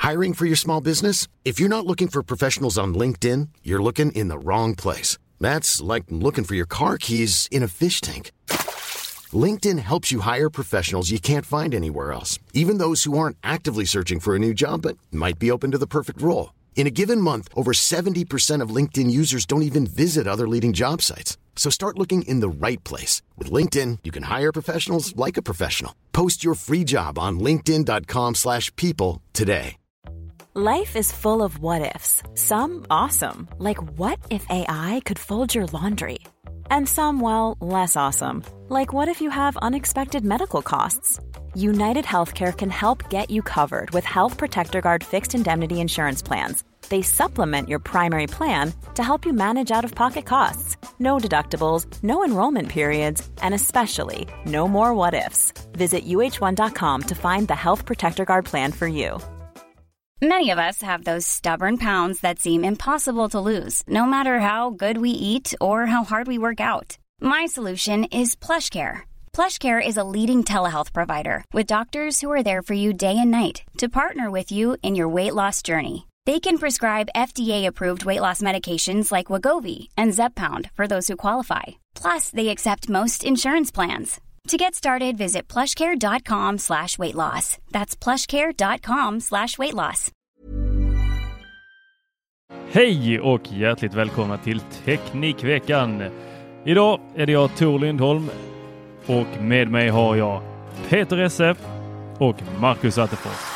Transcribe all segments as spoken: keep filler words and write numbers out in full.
Hiring for your small business? If you're not looking for professionals on LinkedIn, you're looking in the wrong place. That's like looking for your car keys in a fish tank. LinkedIn helps you hire professionals you can't find anywhere else, even those who aren't actively searching for a new job but might be open to the perfect role. In a given month, over seventy percent of LinkedIn users don't even visit other leading job sites. So start looking in the right place. With LinkedIn, you can hire professionals like a professional. Post your free job on linkedin dot com slash people today. Life is full of what-ifs. Some awesome, like what if A I could fold your laundry? And some, well, less awesome, like what if you have unexpected medical costs? United Healthcare can help get you covered with Health Protector Guard fixed indemnity insurance plans. They supplement your primary plan to help you manage out-of-pocket costs. No deductibles, no enrollment periods, and especially no more what-ifs. Visit U H one dot com to find the Health Protector Guard plan for you. Many of us have those stubborn pounds that seem impossible to lose, no matter how good we eat or how hard we work out. My solution is PlushCare. PlushCare is a leading telehealth provider with doctors who are there for you day and night to partner with you in your weight loss journey. They can prescribe F D A-approved weight loss medications like Wegovy and Zepbound for those who qualify. Plus, they accept most insurance plans. To get started, visit plushcare.com slash weight loss. That's plushcare.com slash weight loss. Hej och hjärtligt välkomna till Teknikveckan. Idag är det jag, Tor Lindholm, och med mig har jag Peter Esse och Marcus Attefors.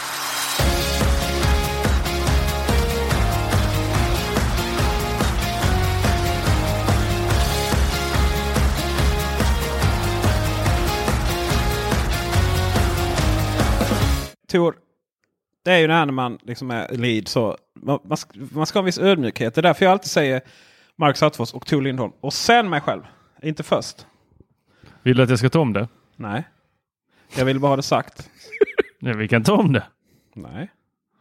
Tor, det är ju det här när man liksom är lead så man, man, ska, man ska ha en viss ödmjukhet. Det är därför jag alltid säger Marcus Attefors och Tor Lindholm. Och sen mig själv. Inte först. Vill du att jag ska ta om det? Nej. Jag vill bara ha det sagt. Nej, vi kan ta om det. Nej.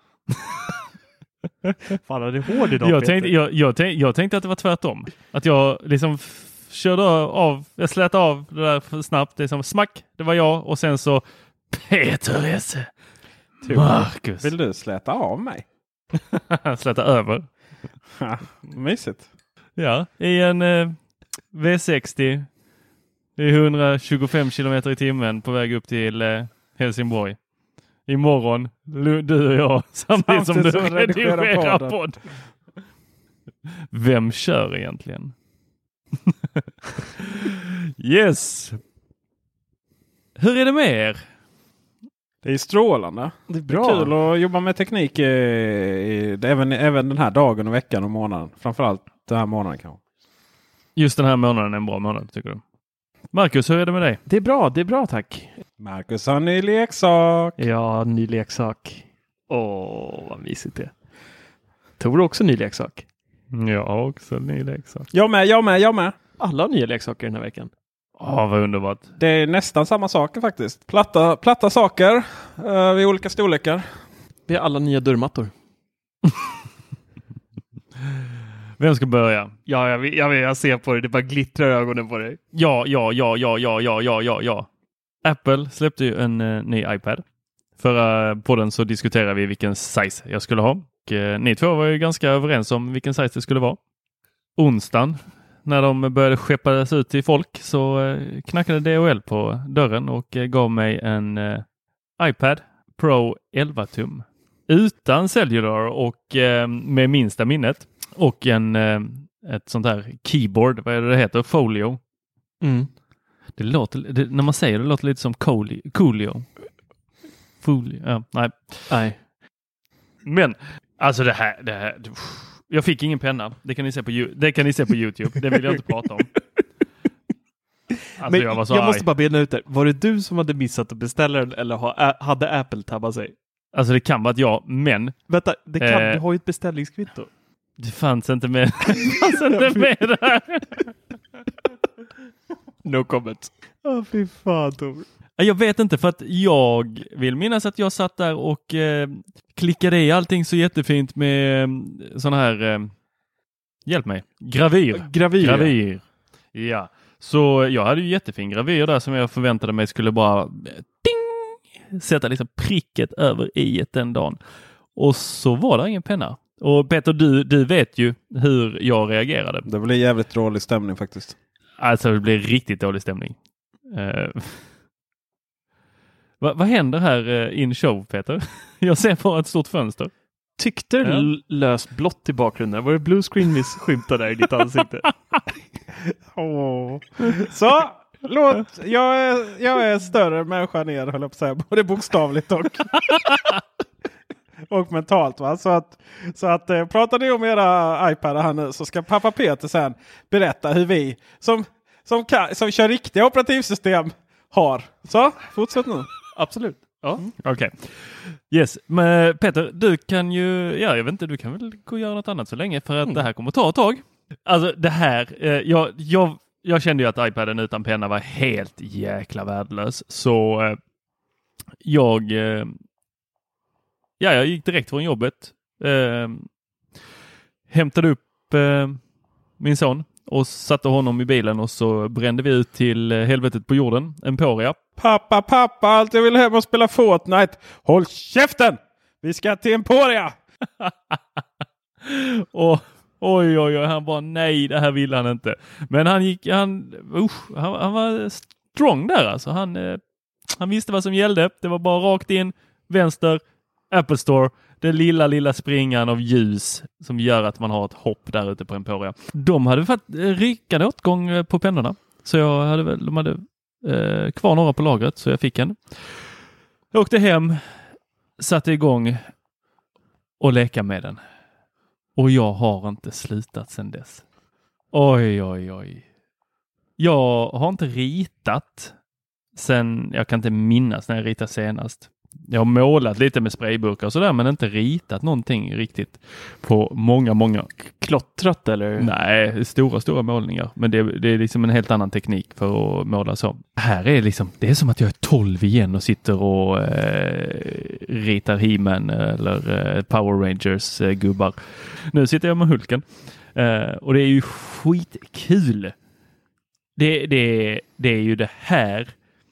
Fan, är det hård idag, jag Peter? tänkte, jag, jag, tänkte, jag tänkte att det var tvärtom. Att jag liksom f- körde av, jag slätade av det där för snabbt. Det är som smack, det var jag. Och sen så Peter Esse. Marcus. Vill du släta av mig? Släta över. Mysigt. Ja, i en eh, V sextio. Det är etthundratjugofem kilometer i timmen på väg upp till eh, Helsingborg. Imorgon, du och jag, samtidigt, samtidigt som du som redigerar, redigerar podd. Vem kör egentligen? Yes. Hur är det med er? Det är strålande. Det är bra. Det är kul att jobba med teknik i, i, även, även den här dagen och veckan och månaden. Framförallt den här månaden kanske. Just den här månaden är en bra månad, tycker du? Marcus, hur är det med dig? Det är bra, det är bra, tack. Marcus har en ny leksak. Ja, ny leksak. Åh, vad mysigt det. Tror du också ny leksak? Ja, också en ny leksak. Jag med, jag med, jag med. Alla har nya leksaker den här veckan. Ja, vad underbart. Det är nästan samma saker faktiskt. Platta, platta saker uh, vid olika storlekar. Vi har alla nya dörrmattor. Vem ska börja? Ja, jag, jag, jag ser på det. Det bara glittrar ögonen på dig. Ja, ja, ja, ja, ja, ja, ja, ja, ja. Apple släppte ju en uh, ny iPad. Förra podden så diskuterade vi vilken size jag skulle ha. Och, uh, ni två var ju ganska överens om vilken size det skulle vara. Onsdagen, när de började skeppas ut till folk, så uh, knackade D H L på dörren och uh, gav mig en uh, iPad Pro elva tum. Utan cellular och uh, med minsta minnet. Och en, uh, ett sånt här keyboard, vad är det det heter? Folio. Mm. Det låter, det, när man säger det låter lite som Coolio. Coolio. Folio. Ja, nej. Nej. Men, alltså det här, det här jag fick ingen penna. Det kan ni se på, det kan ni se på YouTube. Det vill jag inte prata om. Alltså, men jag var så jag arg. måste bara bena ut det. Var det du som hade missat att beställa den eller ha, hade Apple tabbat sig? Alltså det kan vara att jag, men... Vänta, det kan, eh, du har ju ett beställningskvitto. Det fanns inte med, det fanns inte med där. No comment. Åh, oh, fy fan, Tor. Jag vet inte, för att jag vill minnas att jag satt där och eh, klickade i allting så jättefint med eh, sån här, eh, hjälp mig, gravyr. Gravyr. Gravyr. Ja, så jag hade ju jättefin gravyr där som jag förväntade mig skulle bara ding, sätta liksom pricket över i ett den dagen. Och så var det ingen penna. Och Peter, du, du vet ju hur jag reagerade. Det blir jävligt dålig stämning faktiskt. Alltså det blir riktigt dålig stämning. Uh, vad, vad händer här uh, in show, Peter? Jag ser bara ett stort fönster. Tyckte Ja. l- lös blått i bakgrunden. Var det blue screen vi skymtade där i ditt ansikte? Åh. Så, låt, jag är, jag är större människa ner, höll jag på att säga. Både bokstavligt och, och mentalt. Va? Så att, så att eh, pratar ni om era iPad här nu så ska pappa Peter sen berätta hur vi som, som, kan, som kör riktiga operativsystem har. Så, fortsätt nu. Absolut. Ja. Mm. Okej. Okay. Yes, men Peter, du kan ju, ja jag vet inte, du kan väl gå och göra något annat så länge för att mm. det här kommer ta ett tag. Alltså det här, eh, jag, jag, jag kände ju att iPaden utan penna var helt jäkla värdelös. Så eh, jag, eh, ja jag gick direkt från jobbet, eh, hämtade upp eh, min son och satte honom i bilen och så brände vi ut till helvetet på jorden, Emporia. Pappa, pappa, allt jag vill hem och spela Fortnite. Håll käften! Vi ska till Emporia! och oj, oj, oj, han bara nej, det här vill han inte. Men han gick, han, usch, han, han var strong där alltså. Han, eh, han visste vad som gällde. Det var bara rakt in, vänster, Apple Store. Den lilla, lilla springan av ljus som gör att man har ett hopp där ute på Emporia. De hade fått rykande åtgång på pennorna. Så jag hade väl, de hade eh, kvar några på lagret så jag fick en. Jag åkte hem, satte igång och leka med den. Och jag har inte slutat sedan dess. Oj, oj, oj. Jag har inte ritat sen, jag kan inte minnas när jag ritade senast. Jag har målat lite med sprayburkar och sådär, men inte ritat någonting riktigt på många, många. Klottrat eller? Nej, stora, stora målningar. Men det, det är liksom en helt annan teknik för att måla så. Här är liksom, det är som att jag är tolv igen och sitter och eh, ritar He-Man eller eh, Power Rangers eh, gubbar. Nu sitter jag med Hulken. Eh, och det är ju skitkul. Det, det, det är ju det här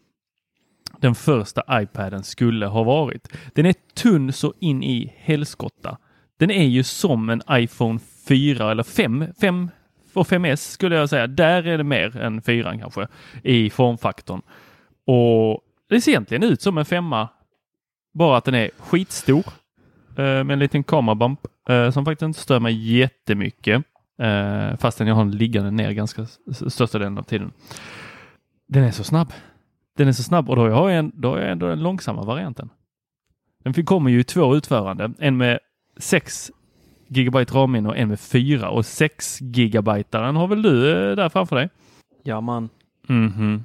den första iPaden skulle ha varit. Den är tunn så in i helskotta. Den är ju som en iPhone fyra eller fem, fem och fem S skulle jag säga. Där är det mer än fyran kanske i formfaktorn. Och det ser egentligen ut som en femma. Bara att den är skitstor. Eh, med en liten kamerabump eh, som faktiskt inte stör mig jättemycket. Eh, fastän jag har den liggande ner ganska största delen av tiden. Den är så snabb. Den är så snabb och då har jag, en, då har jag ändå den långsamma varianten. Den kommer ju i två utförande. En med sex gigabyte RAM och en med fyra. Och sex gigabytaren har väl du där framför dig? Ja man. Mm-hmm.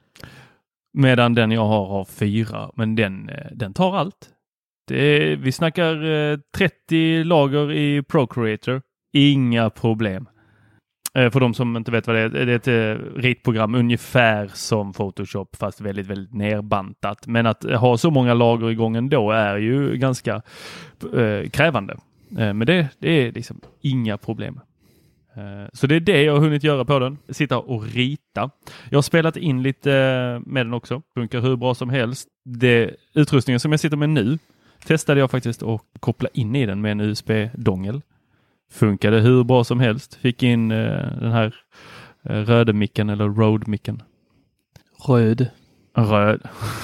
Medan den jag har har fyra. Men den, den tar allt. Det är, vi snackar trettio lager i Procreator. Inga problem. För de som inte vet vad det är, det är ett ritprogram ungefär som Photoshop fast väldigt, väldigt nerbantat. Men att ha så många lager igång ändå är ju ganska eh, krävande. Eh, men det, det är liksom inga problem. Eh, så det är det jag har hunnit göra på den. Sitta och rita. Jag har spelat in lite med den också. Funkar hur bra som helst. Det, utrustningen som jag sitter med nu testade jag faktiskt att koppla in i den med en U S B-dongel. Funkade hur bra som helst. Fick in uh, den här uh, röde micken eller Rode-micken. Röd. Röd.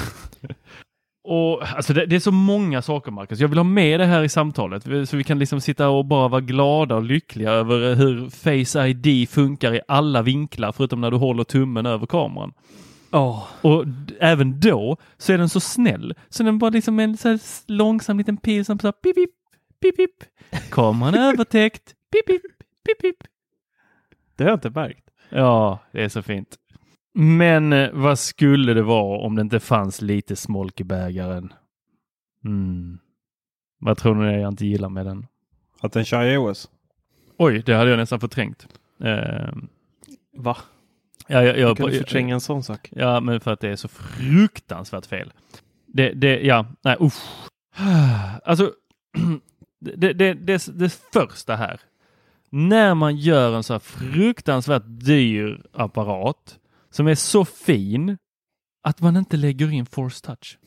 Och alltså det, det är så många saker, Marcus. Jag vill ha med det här i samtalet. Så vi kan liksom sitta och bara vara glada och lyckliga över hur Face I D funkar i alla vinklar. Förutom när du håller tummen över kameran. Oh. Och d- även då så är den så snäll. Så den bara liksom en så här långsam liten pil som så här pip pip. Pip, pip. Kameran övertäckt. Pip, pip, pip, pip. Det har jag inte märkt. Ja, det är så fint. Men eh, vad skulle det vara om det inte fanns lite smolk i bägaren? Mm. Vad tror ni jag inte gillar med den? Att den kör iOS? Oj, det hade jag nästan förträngt. Eh, Va? ja, jag, jag, Hur kan du jag, förtränga en sån sak? Ja, men för att det är så fruktansvärt fel. Det, det, ja, nej, usch. Alltså, Det, det, det, det första här. När man gör en så här fruktansvärt dyr apparat som är så fin att man inte lägger in Force Touch.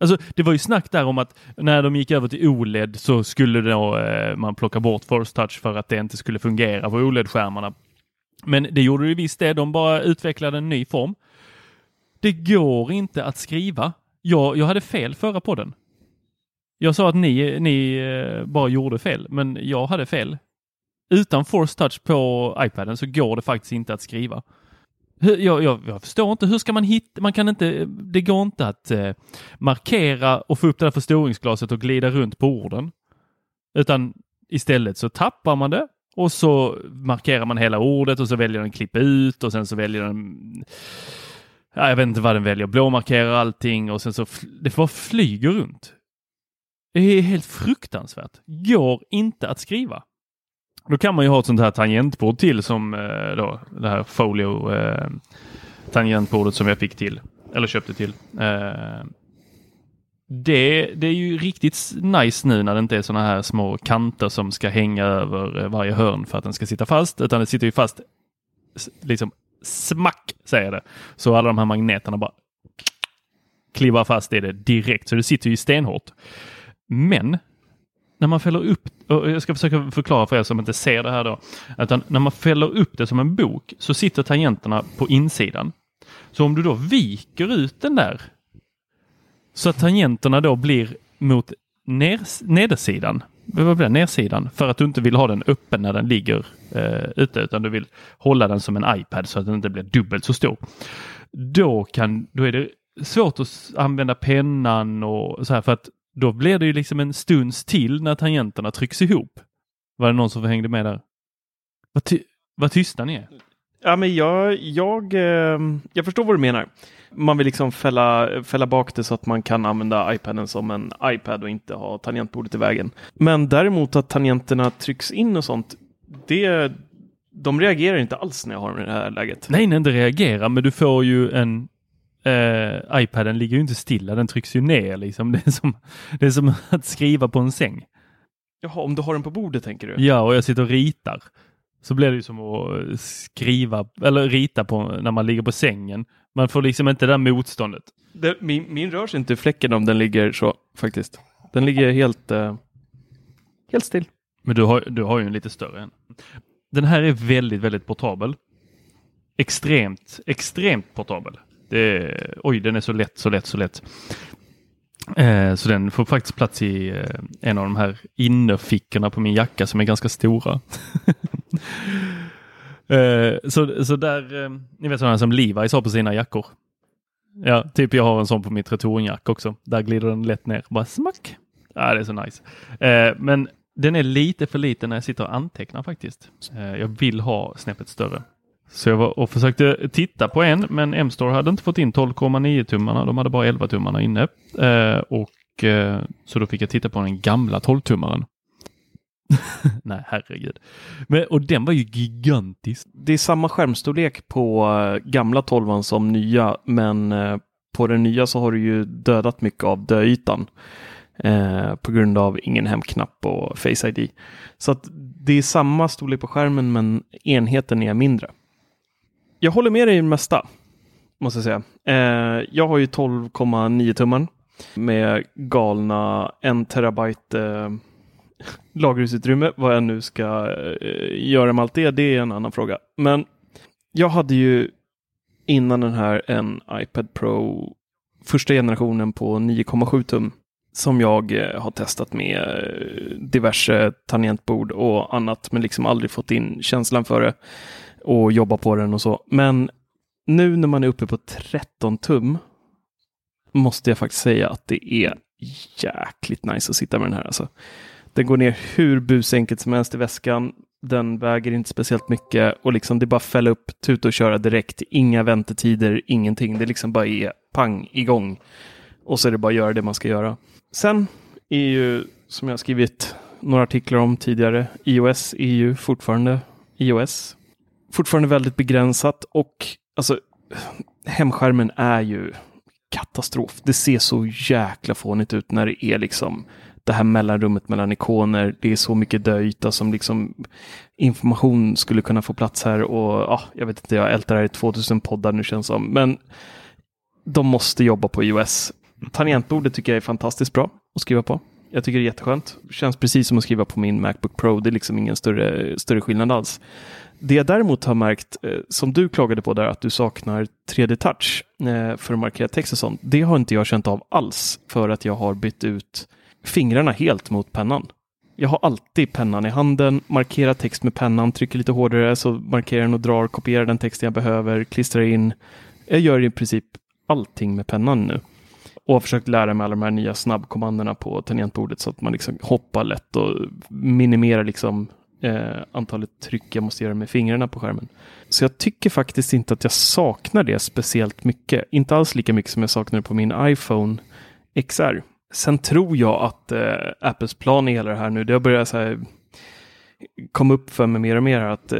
Alltså, det var ju snack där om att när de gick över till O L E D så skulle då, eh, man plocka bort Force Touch för att det inte skulle fungera på O L E D-skärmarna. Men det gjorde ju visst det. De bara utvecklade en ny form. Det går inte att skriva. Jag, jag hade fel förra podden. Jag sa att ni, ni eh, bara gjorde fel, men jag hade fel. Utan Force Touch på iPaden så går det faktiskt inte att skriva. Jag, jag, jag förstår inte, hur ska man hitta, man kan inte, det går inte att eh, markera och få upp det här förstoringsglaset och glida runt på orden. Utan istället så tappar man det och så markerar man hela ordet och så väljer den klippa ut och sen så väljer den, ja, jag vet inte vad den väljer, blåmarkerar allting och sen så det bara flyger runt. Det är helt fruktansvärt. Går inte att skriva. Då kan man ju ha ett sånt här tangentbord till som eh, då, det här folio eh, tangentbordet som jag fick till eller köpte till. Eh, det, det är ju riktigt nice nu när det inte är såna här små kanter som ska hänga över varje hörn för att den ska sitta fast, utan det sitter ju fast liksom smack, säger det. Så alla de här magneterna bara klivar fast i det direkt, så det sitter ju stenhårt. Men när man fäller upp, och jag ska försöka förklara för er som inte ser det här då, utan när man fäller upp det som en bok så sitter tangenterna på insidan. Så om du då viker ut den där så att tangenterna då blir mot ner, nedersidan, vad blir det? Nersidan, för att du inte vill ha den öppen när den ligger eh, ute, utan du vill hålla den som en iPad så att den inte blir dubbelt så stor. Då, kan, då är det svårt att använda pennan och så här, för att då blir det ju liksom en stunds till när tangenterna trycks ihop. Var det någon som hängde med där? Vad, ty- vad tysta ni är? Ja, men jag, jag, eh, jag förstår vad du menar. Man vill liksom fälla, fälla bak det så att man kan använda iPaden som en iPad och inte ha tangentbordet i vägen. Men däremot att tangenterna trycks in och sånt, det, de reagerar inte alls när jag har dem i det här läget. Nej, nej, inte reagerar, men du får ju en... Uh, iPaden ligger ju inte stilla, den trycks ju ner liksom. Det är som, det är som att skriva på en säng. Jaha, om du har den på bordet tänker du? Ja, och jag sitter och ritar. Så blir det ju som att skriva eller rita på när man ligger på sängen. Man får liksom inte det där motståndet. Det, min, min rör sig inte i fläcken om den ligger så faktiskt. Den ligger helt uh, helt still. Men du har, du har ju en lite större än. Den här är väldigt, väldigt portabel. Extremt, extremt portabel. Det, oj, den är så lätt, så lätt, så lätt. Eh, så den får faktiskt plats i eh, en av de här innerfickorna på min jacka som är ganska stora. eh, så, så där, eh, ni vet sådana som Levi's har på sina jackor. Ja, typ jag har en sån på mitt returjack också. Där glider den lätt ner. Bara smack. Ja, det är så nice. Eh, men den är lite för liten när jag sitter och antecknar faktiskt. Eh, jag vill ha snäppet större. Så jag var och försökte titta på en, men M-Store hade inte fått in tolv komma nio tummarna. De hade bara elva tummarna inne. Eh, och eh, så då fick jag titta på den gamla tolv-tummaren. Nej, herregud. Men, och den var ju gigantisk. Det är samma skärmstorlek på uh, gamla tolvan som nya, men uh, på den nya så har du ju dödat mycket av döytan. Uh, på grund av ingen hemknapp och Face I D. Så att det är samma storlek på skärmen, men enheten är mindre. Jag håller med dig i det mesta, måste jag säga. Eh, jag har ju tolv komma nio tummar med galna en terabyte eh, lagerutrymme. Vad jag nu ska eh, göra med allt det, det är en annan fråga. Men jag hade ju innan den här en iPad Pro första generationen på nio komma sju tum som jag eh, har testat med eh, diverse tangentbord och annat, men liksom aldrig fått in känslan för det och jobba på den och så. Men nu när man är uppe på tretton tum måste jag faktiskt säga att det är jäkligt nice att sitta med den här. Alltså. Den går ner hur busenkelt som helst i väskan. Den väger inte speciellt mycket och liksom det är bara fälla upp, tuta och köra direkt. Inga väntetider, ingenting. Det liksom bara är pang igång. Och så är det bara att göra det man ska göra. Sen är ju, som jag har skrivit några artiklar om tidigare, iOS är ju fortfarande iOS. Fortfarande väldigt begränsat och alltså hemskärmen är ju katastrof. Det ser så jäkla fånigt ut när det är liksom det här mellanrummet mellan ikoner. Det är så mycket döyta som liksom information skulle kunna få plats här och ja, jag vet inte, jag ältar här i tvåtusen poddar nu känns som. Men de måste jobba på iOS. Tangentbordet tycker jag är fantastiskt bra att skriva på. Jag tycker det är jätteskönt. Känns precis som att skriva på min MacBook Pro. Det är liksom ingen större, större skillnad alls. Det jag däremot har märkt, eh, som du klagade på där, att du saknar tre D-touch eh, för att markera text och sånt. Det har inte jag känt av alls för att jag har bytt ut fingrarna helt mot pennan. Jag har alltid pennan i handen, markerar text med pennan, trycker lite hårdare så markerar den och drar, kopierar den texten jag behöver, klistrar in. Jag gör i princip allting med pennan nu. Och har försökt lära mig alla de här nya snabbkommanderna på tangentbordet så att man liksom hoppar lätt och minimerar liksom eh, antalet tryck jag måste göra med fingrarna på skärmen. Så jag tycker faktiskt inte att jag saknar det speciellt mycket. Inte alls lika mycket som jag saknar det på min iPhone X R. Sen tror jag att eh, Apples plan i hela det här nu, det har börjat så här, komma upp för mig mer och mer att eh,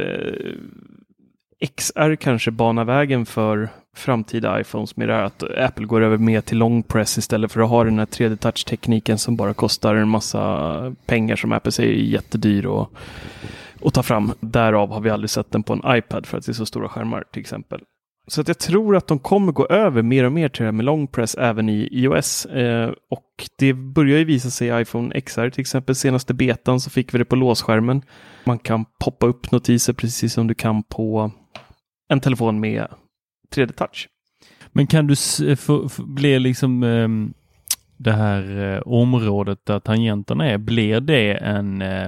X R kanske banar vägen för framtida iPhones med det här att Apple går över mer till long press istället för att ha den här tre D-touch-tekniken som bara kostar en massa pengar som Apple säger är jättedyr och, och ta fram. Därav har vi aldrig sett den på en iPad för att det är så stora skärmar till exempel. Så att jag tror att de kommer gå över mer och mer till det här med long press även i iOS. Eh, och det börjar ju visa sig i iPhone X R till exempel. Senaste betan så fick vi det på låsskärmen. Man kan poppa upp notiser precis som du kan på en telefon med tre D-touch. Men kan du s- få, få, bli liksom eh, det här eh, området där tangenterna är, blir det en eh,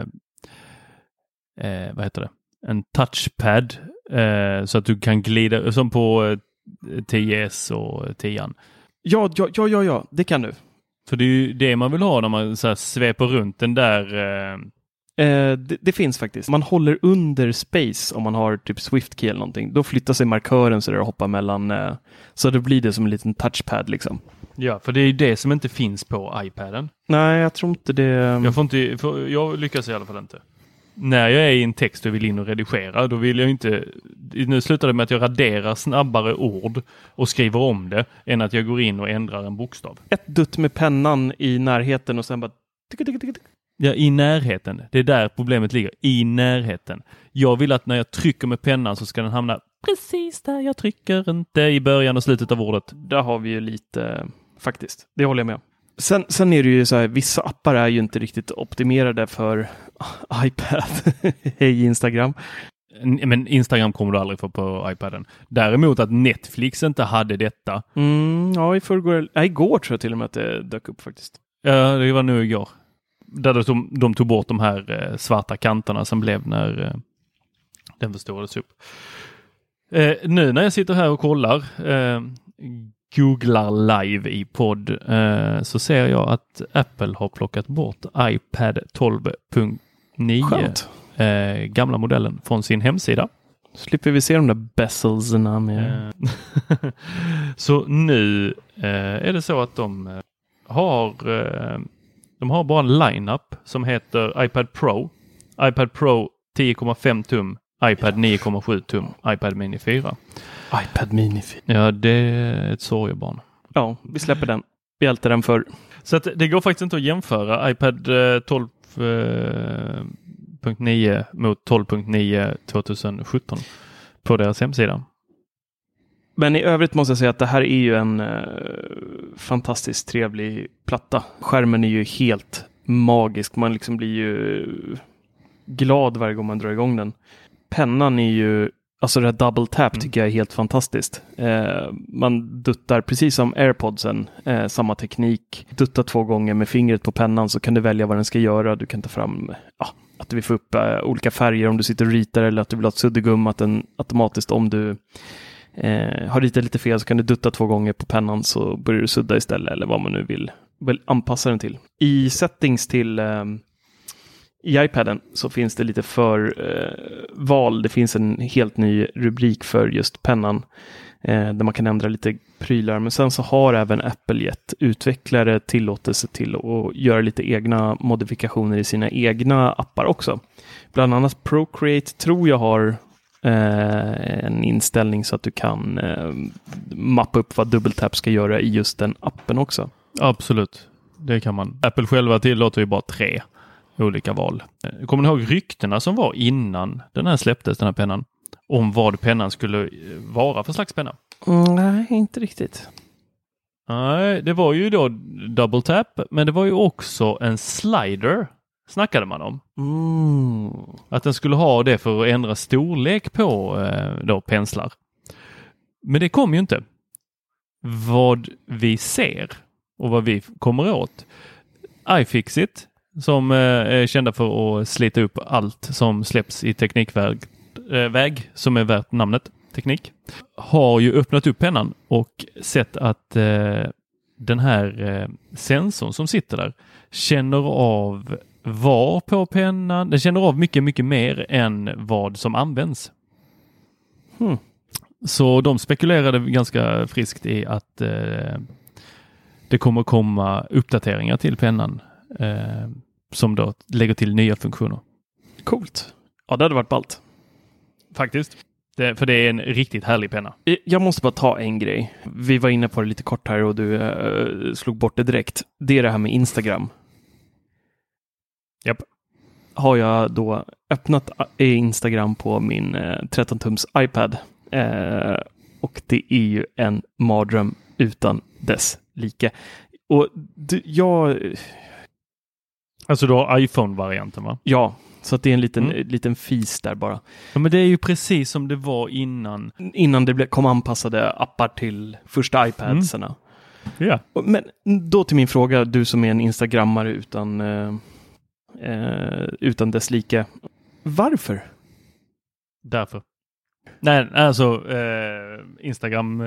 eh, vad heter det? En touchpad eh, så att du kan glida som på eh, tio S och tio. Ja, ja, ja, ja, ja, det kan du. För det är ju det man vill ha när man så här sveper runt den där. Eh... Eh, det, det finns faktiskt. Man håller under space om man har typ Swift key eller någonting. Då flyttar sig markören så det hoppar mellan. Eh, så det blir det som en liten touchpad liksom. Ja, för det är ju det som inte finns på iPaden. Nej, jag tror inte det. Jag får inte, för jag lyckas i alla fall inte. När jag är i en text och vill in och redigera, då vill jag inte. Nu slutar det med att jag raderar snabbare ord och skriver om det än att jag går in och ändrar en bokstav. Ett dutt med pennan i närheten och sen bara. Ja, i närheten. Det är där problemet ligger. I närheten. Jag vill att när jag trycker med pennan så ska den hamna precis där jag trycker, inte i början och slutet av ordet. Där har vi ju lite faktiskt. Det håller jag med om. Sen, sen är det ju så här, vissa appar är ju inte riktigt optimerade för iPad. Hej Instagram. Men Instagram kommer du aldrig få på iPaden. Däremot att Netflix inte hade detta. Mm, ja, i förrgår, nej, igår tror jag till och med att det dök upp faktiskt. Ja, det var nu igår. Där de, de tog bort de här eh, svarta kanterna som blev när eh, den förstorades upp. Eh, nu när jag sitter här och kollar, eh, googlar live i podd, eh, så ser jag att Apple har plockat bort iPad tolv punkt nio, eh, gamla modellen, från sin hemsida. Slipper vi se de där bezelserna med. Eh, så nu eh, är det så att de har eh, de har bara en lineup som heter iPad Pro, iPad Pro tio komma fem tum, iPad nio komma sju tum, iPad Mini fyra. iPad Mini fyra. Ja, det är ett sorgebarn. Ja, vi släpper den. Vi älter den för. Så att det går faktiskt inte att jämföra iPad tolv punkt nio mot tolv punkt nio tjugosjutton på deras hemsida. Men i övrigt måste jag säga att det här är ju en eh, fantastiskt trevlig platta. Skärmen är ju helt magisk. Man liksom blir ju glad varje gång man drar igång den. Pennan är ju, alltså det här double tap mm. tycker jag är helt fantastiskt. Eh, man duttar precis som AirPodsen, eh, samma teknik. Dutta två gånger med fingret på pennan så kan du välja vad den ska göra. Du kan ta fram ja, att du vill få upp eh, olika färger om du sitter och ritar eller att du vill ha ett suddgum, att den automatiskt om du Eh, har ritat lite fel så kan du dutta två gånger på pennan så börjar du sudda istället eller vad man nu vill, vill anpassa den till. I settings till eh, i iPaden så finns det lite för eh, val. Det finns en helt ny rubrik för just pennan eh, där man kan ändra lite prylar. Men sen så har även Apple gett utvecklare tillåtelse till att göra lite egna modifikationer i sina egna appar också. Bland annat Procreate tror jag har en inställning så att du kan eh, mappa upp vad dubbeltap ska göra i just den appen också. Absolut, det kan man. Apple själva tillåter ju bara tre olika val. Kommer ni ihåg ryktena som var innan den här släpptes, den här pennan? Om vad pennan skulle vara för slags penna? Mm, nej, inte riktigt. Nej, det var ju då double tap, men det var ju också en slider, snackade man om. Mm. Att den skulle ha det för att ändra storlek på eh, då penslar. Men det kom ju inte. Vad vi ser och vad vi kommer åt. iFixit, som eh, är kända för att slita upp allt som släpps i teknikväg eh, väg, som är värt namnet teknik, har ju öppnat upp pennan och sett att eh, den här eh, sensorn som sitter där känner av var på pennan. Den känner av mycket, mycket mer än vad som används. Hmm. Så de spekulerade ganska friskt i att eh, det kommer komma uppdateringar till pennan eh, som då lägger till nya funktioner. Coolt. Ja, det hade varit ballt. Faktiskt. Det, för det är en riktigt härlig penna. Jag måste bara ta en grej. Vi var inne på det lite kort här och du äh, slog bort det direkt. Det är det här med Instagram. Japp. Har jag då öppnat Instagram på min eh, tretton tums iPad. Eh, och det är ju en mardröm utan dess like. Och du, jag... Alltså du har iPhone-varianten, va? Ja, så att det är en liten, Mm. liten fis där bara. Ja, men det är ju precis som det var innan. Innan det ble, kom anpassade appar till första iPadsarna. Ja. Men då till min fråga, du som är en Instagrammare utan, eh, eh, utan dess like. Varför? Därför. Nej, alltså eh, Instagram.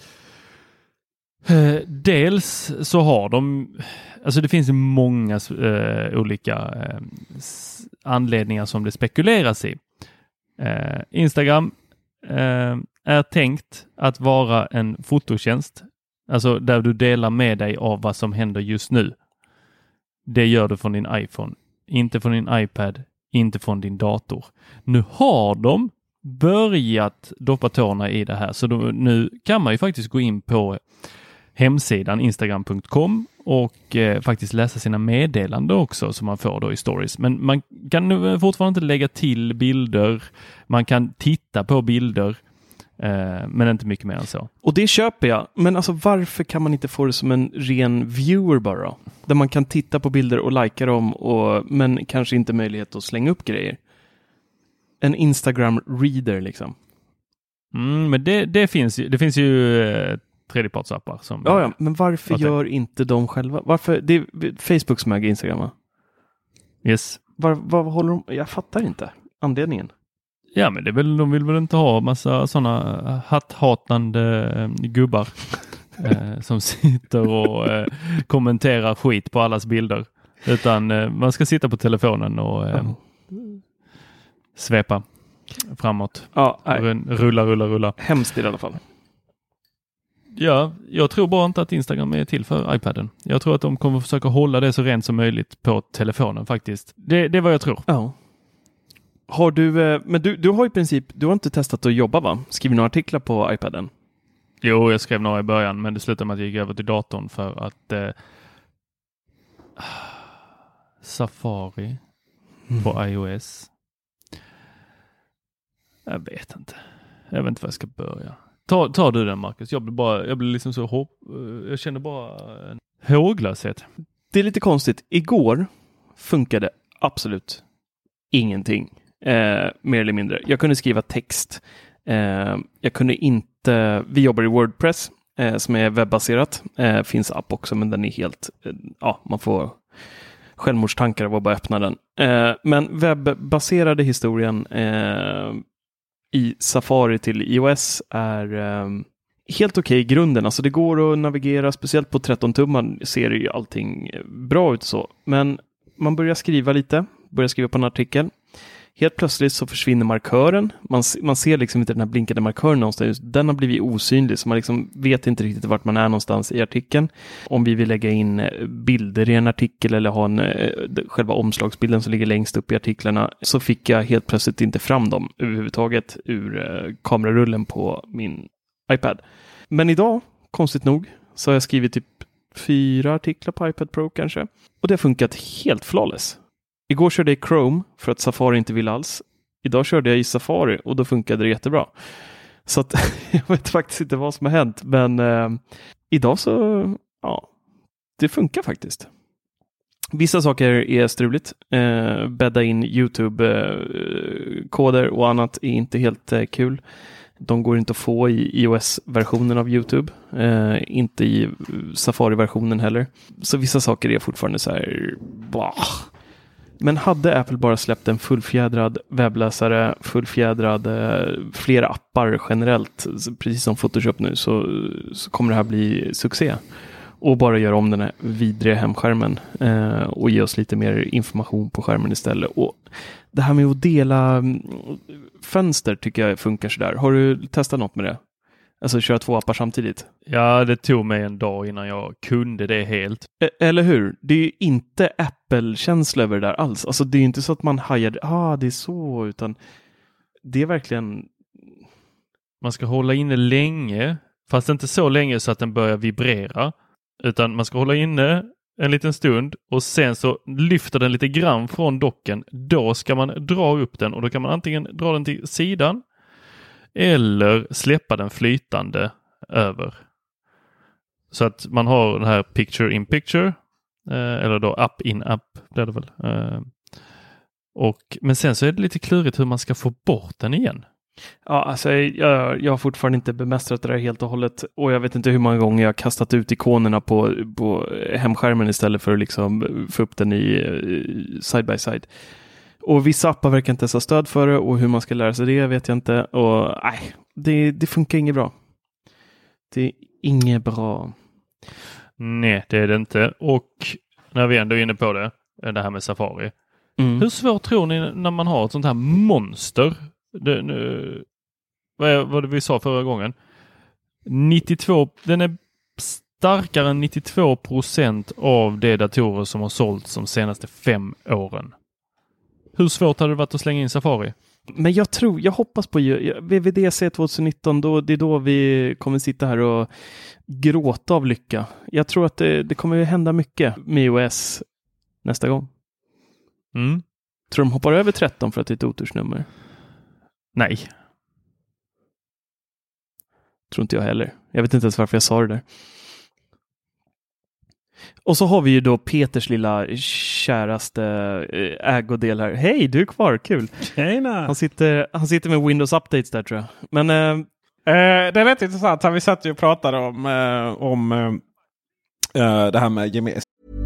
Eh, dels så har de, alltså det finns många eh, olika eh, anledningar som det spekuleras i. Eh, Instagram eh, är tänkt att vara en fototjänst. Alltså där du delar med dig av vad som händer just nu. Det gör du från din iPhone. Inte från din iPad. Inte från din dator. Nu har de börjat doppa tårna i det här. Så då, nu kan man ju faktiskt gå in på hemsidan instagram punkt com och eh, faktiskt läsa sina meddelanden också som man får då i stories. Men man kan nu fortfarande inte lägga till bilder. Man kan titta på bilder. Eh, men inte mycket mer än så. Och det köper jag. Men alltså varför kan man inte få det som en ren viewer bara? Där man kan titta på bilder och likea dem och, men kanske inte möjlighet att slänga upp grejer. En Instagram-reader liksom. Mm, men det, det finns ju, det finns ju eh, tredjepartsappar som... Ja, ja, men varför okay. gör inte de själva? Varför? Det är Facebook som äger Instagram, va? Yes. Var, vad håller de? Jag fattar inte anledningen. Ja, men det är väl, de vill väl inte ha massa sådana hatthatande eh, gubbar eh, som sitter och eh, kommenterar skit på allas bilder. Utan eh, man ska sitta på telefonen och eh, oh. svepa framåt. Ja, rulla, rulla, rulla. Hemskt i alla fall. Ja, jag tror bara inte att Instagram är till för iPaden. Jag tror att de kommer försöka hålla det så rent som möjligt på telefonen faktiskt. Det, det är vad jag tror. Ja. Har du, men du, du har i princip, du har inte testat att jobba, va? Skriver några artiklar på iPaden? Jo, jag skrev några i början, men det slutade med att jag gick över till datorn för att eh, Safari mm. på iOS. Jag vet inte. Jag vet inte var jag ska börja. Ta, ta du den, Marcus. Jag blir bara, jag blir liksom så hopp, jag känner bara en håglöshet. Det är lite konstigt. Igår funkade absolut ingenting. Eh, mer eller mindre. Jag kunde skriva text. Eh, jag kunde inte... Vi jobbar i WordPress eh, som är webbaserat. Eh, finns app också, men den är helt... Eh, ja, man får självmordstankar av att bara öppna den. Eh, men webbaserade historien eh, i Safari till iOS är eh, helt okej i grunden. Alltså det går att navigera, speciellt på tretton tummar ser ju allting bra ut så. Men man börjar skriva lite, börjar skriva på en artikel. Helt plötsligt så försvinner markören. Man, man ser liksom inte den här blinkande markören någonstans. Den har blivit osynlig så man liksom vet inte riktigt vart man är någonstans i artikeln. Om vi vill lägga in bilder i en artikel eller ha en, själva omslagsbilden som ligger längst upp i artiklarna så fick jag helt plötsligt inte fram dem överhuvudtaget ur kamerarullen på min iPad. Men idag, konstigt nog, så har jag skrivit typ fyra artiklar på iPad Pro kanske. Och det har funkat helt flawless. Igår körde jag i Chrome för att Safari inte vill alls. Idag körde jag i Safari och då funkade det jättebra. Så att jag vet faktiskt inte vad som har hänt. Men eh, idag så, ja, det funkar faktiskt. Vissa saker är struligt. Eh, bädda in YouTube-koder och annat är inte helt eh, kul. De går inte att få i iOS-versionen av YouTube. Eh, inte i Safari-versionen heller. Så vissa saker är fortfarande så här... Bah. Men hade Apple bara släppt en fullfjädrad webbläsare, fullfjädrad eh, flera appar generellt, precis som Photoshop nu, så, så kommer det här bli succé. Och bara göra om den här vidriga hemskärmen eh, och ge oss lite mer information på skärmen istället. Och det här med att dela fönster tycker jag funkar sådär. Har du testat något med det? Alltså köra två appar samtidigt? Ja, det tog mig en dag innan jag kunde det helt. Eller hur? Det är ju inte Apple-känsla över det där alls. Alltså det är ju inte så att man hajar, ah det är så, utan det är verkligen... Man ska hålla inne länge, fast inte så länge så att den börjar vibrera. Utan man ska hålla inne en liten stund och sen så lyfter den lite grann från docken. Då ska man dra upp den och då kan man antingen dra den till sidan eller släppa den flytande över. Så att man har den här picture in picture eh, eller då app in app blir det väl. Eh, och, men sen så är det lite klurigt hur man ska få bort den igen. Ja, alltså jag, jag har fortfarande inte bemästrat det där helt och hållet och jag vet inte hur många gånger jag har kastat ut ikonerna på, på hemskärmen istället för att liksom få upp den i side by side. Och vissa appar verkar inte ens ha stöd för det och hur man ska lära sig det vet jag inte. Och nej, det, det funkar inget bra. Det är inget bra. Nej, det är det inte. Och när vi ändå är inne på det, det här med Safari. Mm. Hur svårt tror ni när man har ett sånt här monster? Det, nu, vad var det vi sa förra gången? nittiotvå, den är starkare än nittiotvå procent av de datorer som har sålts de senaste fem åren. Hur svårt har det varit att slänga in Safari? Men jag tror, jag hoppas på W W D C tjugonitton, då, det är då vi kommer sitta här och gråta av lycka. Jag tror att det, det kommer hända mycket med iOS nästa gång. Mm. Tror de hoppar över tretton för att det är ett otursnummer? Nej. Tror inte jag heller. Jag vet inte ens varför jag sa det där. Och så har vi ju då Peters lilla käraste ägodel här. Hej, du är kvar, kul. Tjena. Han sitter, han sitter med Windows Updates där tror jag. Men äh, eh, det är rätt intressant. Vi satt ju och pratade om, eh, om eh, det här med gemenskap.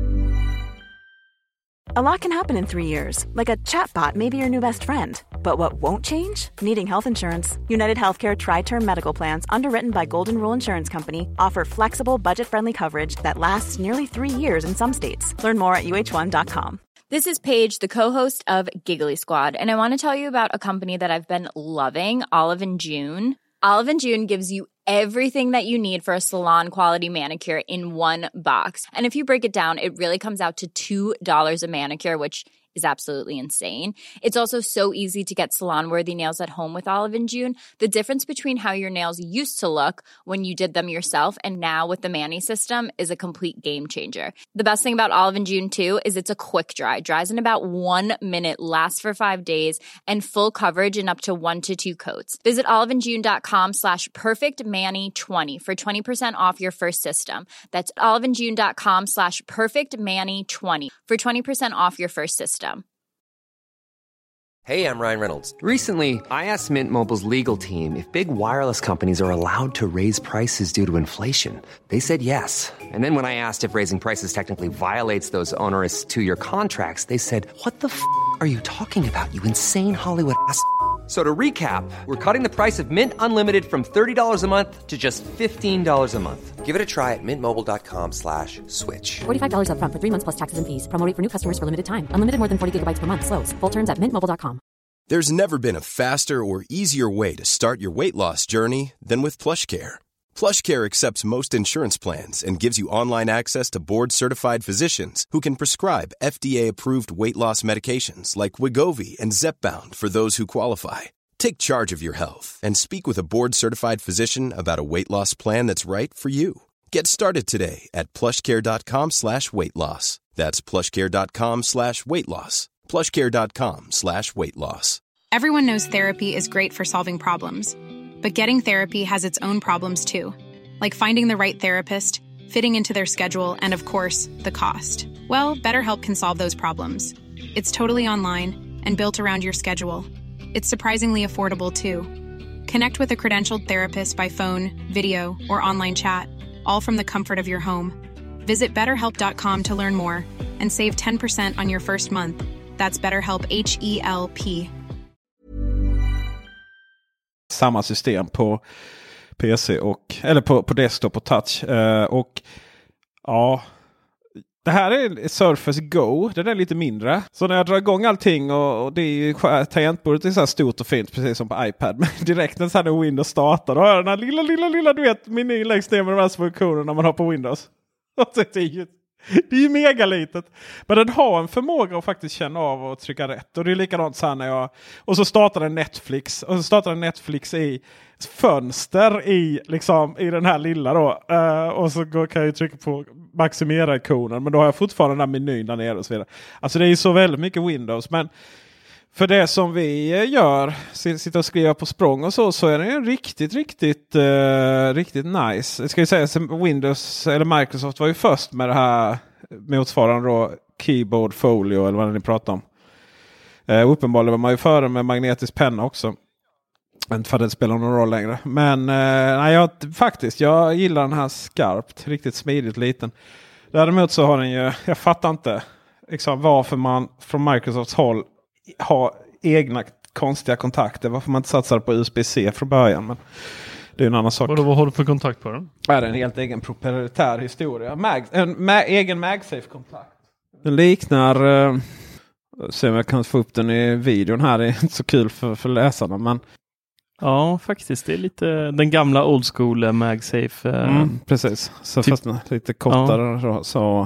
A lot can happen in three years, like a chatbot may be your new best friend. But what won't change? Needing health insurance. United Healthcare Tri-Term Medical Plans, underwritten by Golden Rule Insurance Company, offer flexible, budget-friendly coverage that lasts nearly three years in some states. Learn more at U H one dot com. This is Paige, the co-host of Giggly Squad, and I want to tell you about a company that I've been loving, Olive and June. Olive and June gives you everything that you need for a salon-quality manicure in one box. And if you break it down, it really comes out to two dollars a manicure, which is absolutely insane. It's also so easy to get salon-worthy nails at home with Olive and June. The difference between how your nails used to look when you did them yourself and now with the Mani system is a complete game changer. The best thing about Olive and June, too, is it's a quick dry. Dries in about one minute, lasts for five days, and full coverage in up to one to two coats. Visit oliveandjune.com slash perfectmani20 for twenty percent off your first system. That's oliveandjune.com slash perfectmani20 for twenty percent off your first system. Hey, I'm Ryan Reynolds. Recently, I asked Mint Mobile's legal team if big wireless companies are allowed to raise prices due to inflation. They said yes. And then when I asked if raising prices technically violates those onerous two-year contracts, they said, what the f*** are you talking about, you insane Hollywood ass f- So to recap, we're cutting the price of Mint Unlimited from thirty dollars a month to just fifteen dollars a month. Give it a try at mintmobile.com slash switch. forty-five dollars up front for three months plus taxes and fees. Promo rate for new customers for limited time. Unlimited more than forty gigabytes per month. Slows full terms at mint mobile dot com. There's never been a faster or easier way to start your weight loss journey than with PlushCare. PlushCare accepts most insurance plans and gives you online access to board-certified physicians who can prescribe F D A-approved weight loss medications like Wegovy and Zepbound for those who qualify. Take charge of your health and speak with a board-certified physician about a weight loss plan that's right for you. Get started today at plushcare.com slash weight loss. That's plushcare.com slash weight loss. plushcare.com slash weight loss. Everyone knows therapy is great for solving problems, but getting therapy has its own problems too, like finding the right therapist, fitting into their schedule, and of course, the cost. Well, BetterHelp can solve those problems. It's totally online and built around your schedule. It's surprisingly affordable too. Connect with a credentialed therapist by phone, video, or online chat, all from the comfort of your home. Visit better help dot com to learn more and save ten percent on your first month. That's BetterHelp, H E L P. Samma system på P C och eller på, på desktop och touch. Uh, och ja, det här är Surface Go. Den är lite mindre. Så när jag drar igång allting och, och det är ju tangentbordet är så här stort och fint precis som på iPad. Men direkt när sen Windows startar då har jag den här lilla, lilla, lilla du vet menyn längst ner med de här funktionerna man har på Windows. Det är ju, det är ju mega litet. Men den har en förmåga att faktiskt känna av och trycka rätt. Och det är likadant så här när jag... Och så startar den Netflix. Och så startar den Netflix i fönster i, liksom, i den här lilla då. Uh, och så går, kan jag ju trycka på maximera-ikonen. Men då har jag fortfarande den här menyn där nere och så vidare. Alltså det är ju så väldigt mycket Windows. Men för det som vi gör, sitta och skriva på språng och så, så är det riktigt, riktigt, uh, riktigt nice. Jag ska ju säga att Windows eller Microsoft var ju först med det här motsvarande då Keyboard Folio eller vad ni pratar om. Uh, uppenbarligen var man ju före med magnetisk penna också. Inte för att det spelar någon roll längre. Men uh, nej, jag, faktiskt, jag gillar den här skarpt, riktigt smidigt liten. Däremot så har den ju, jag fattar inte liksom, varför man från Microsofts håll ha egna konstiga kontakter. Varför man inte satsar på U S B-C från början. Men det är en annan sak. Vadå, vad har du för kontakt på den? Det är en helt egen proprietär historia. Mag, en ma, egen MagSafe-kontakt. Den liknar... Uh, se om jag kan få upp den i videon här. Det är inte så kul för, för läsarna. Men... Ja, faktiskt. Det är lite den gamla old school MagSafe. Uh, mm, precis. Så typ, fast lite kortare. Ja. Så...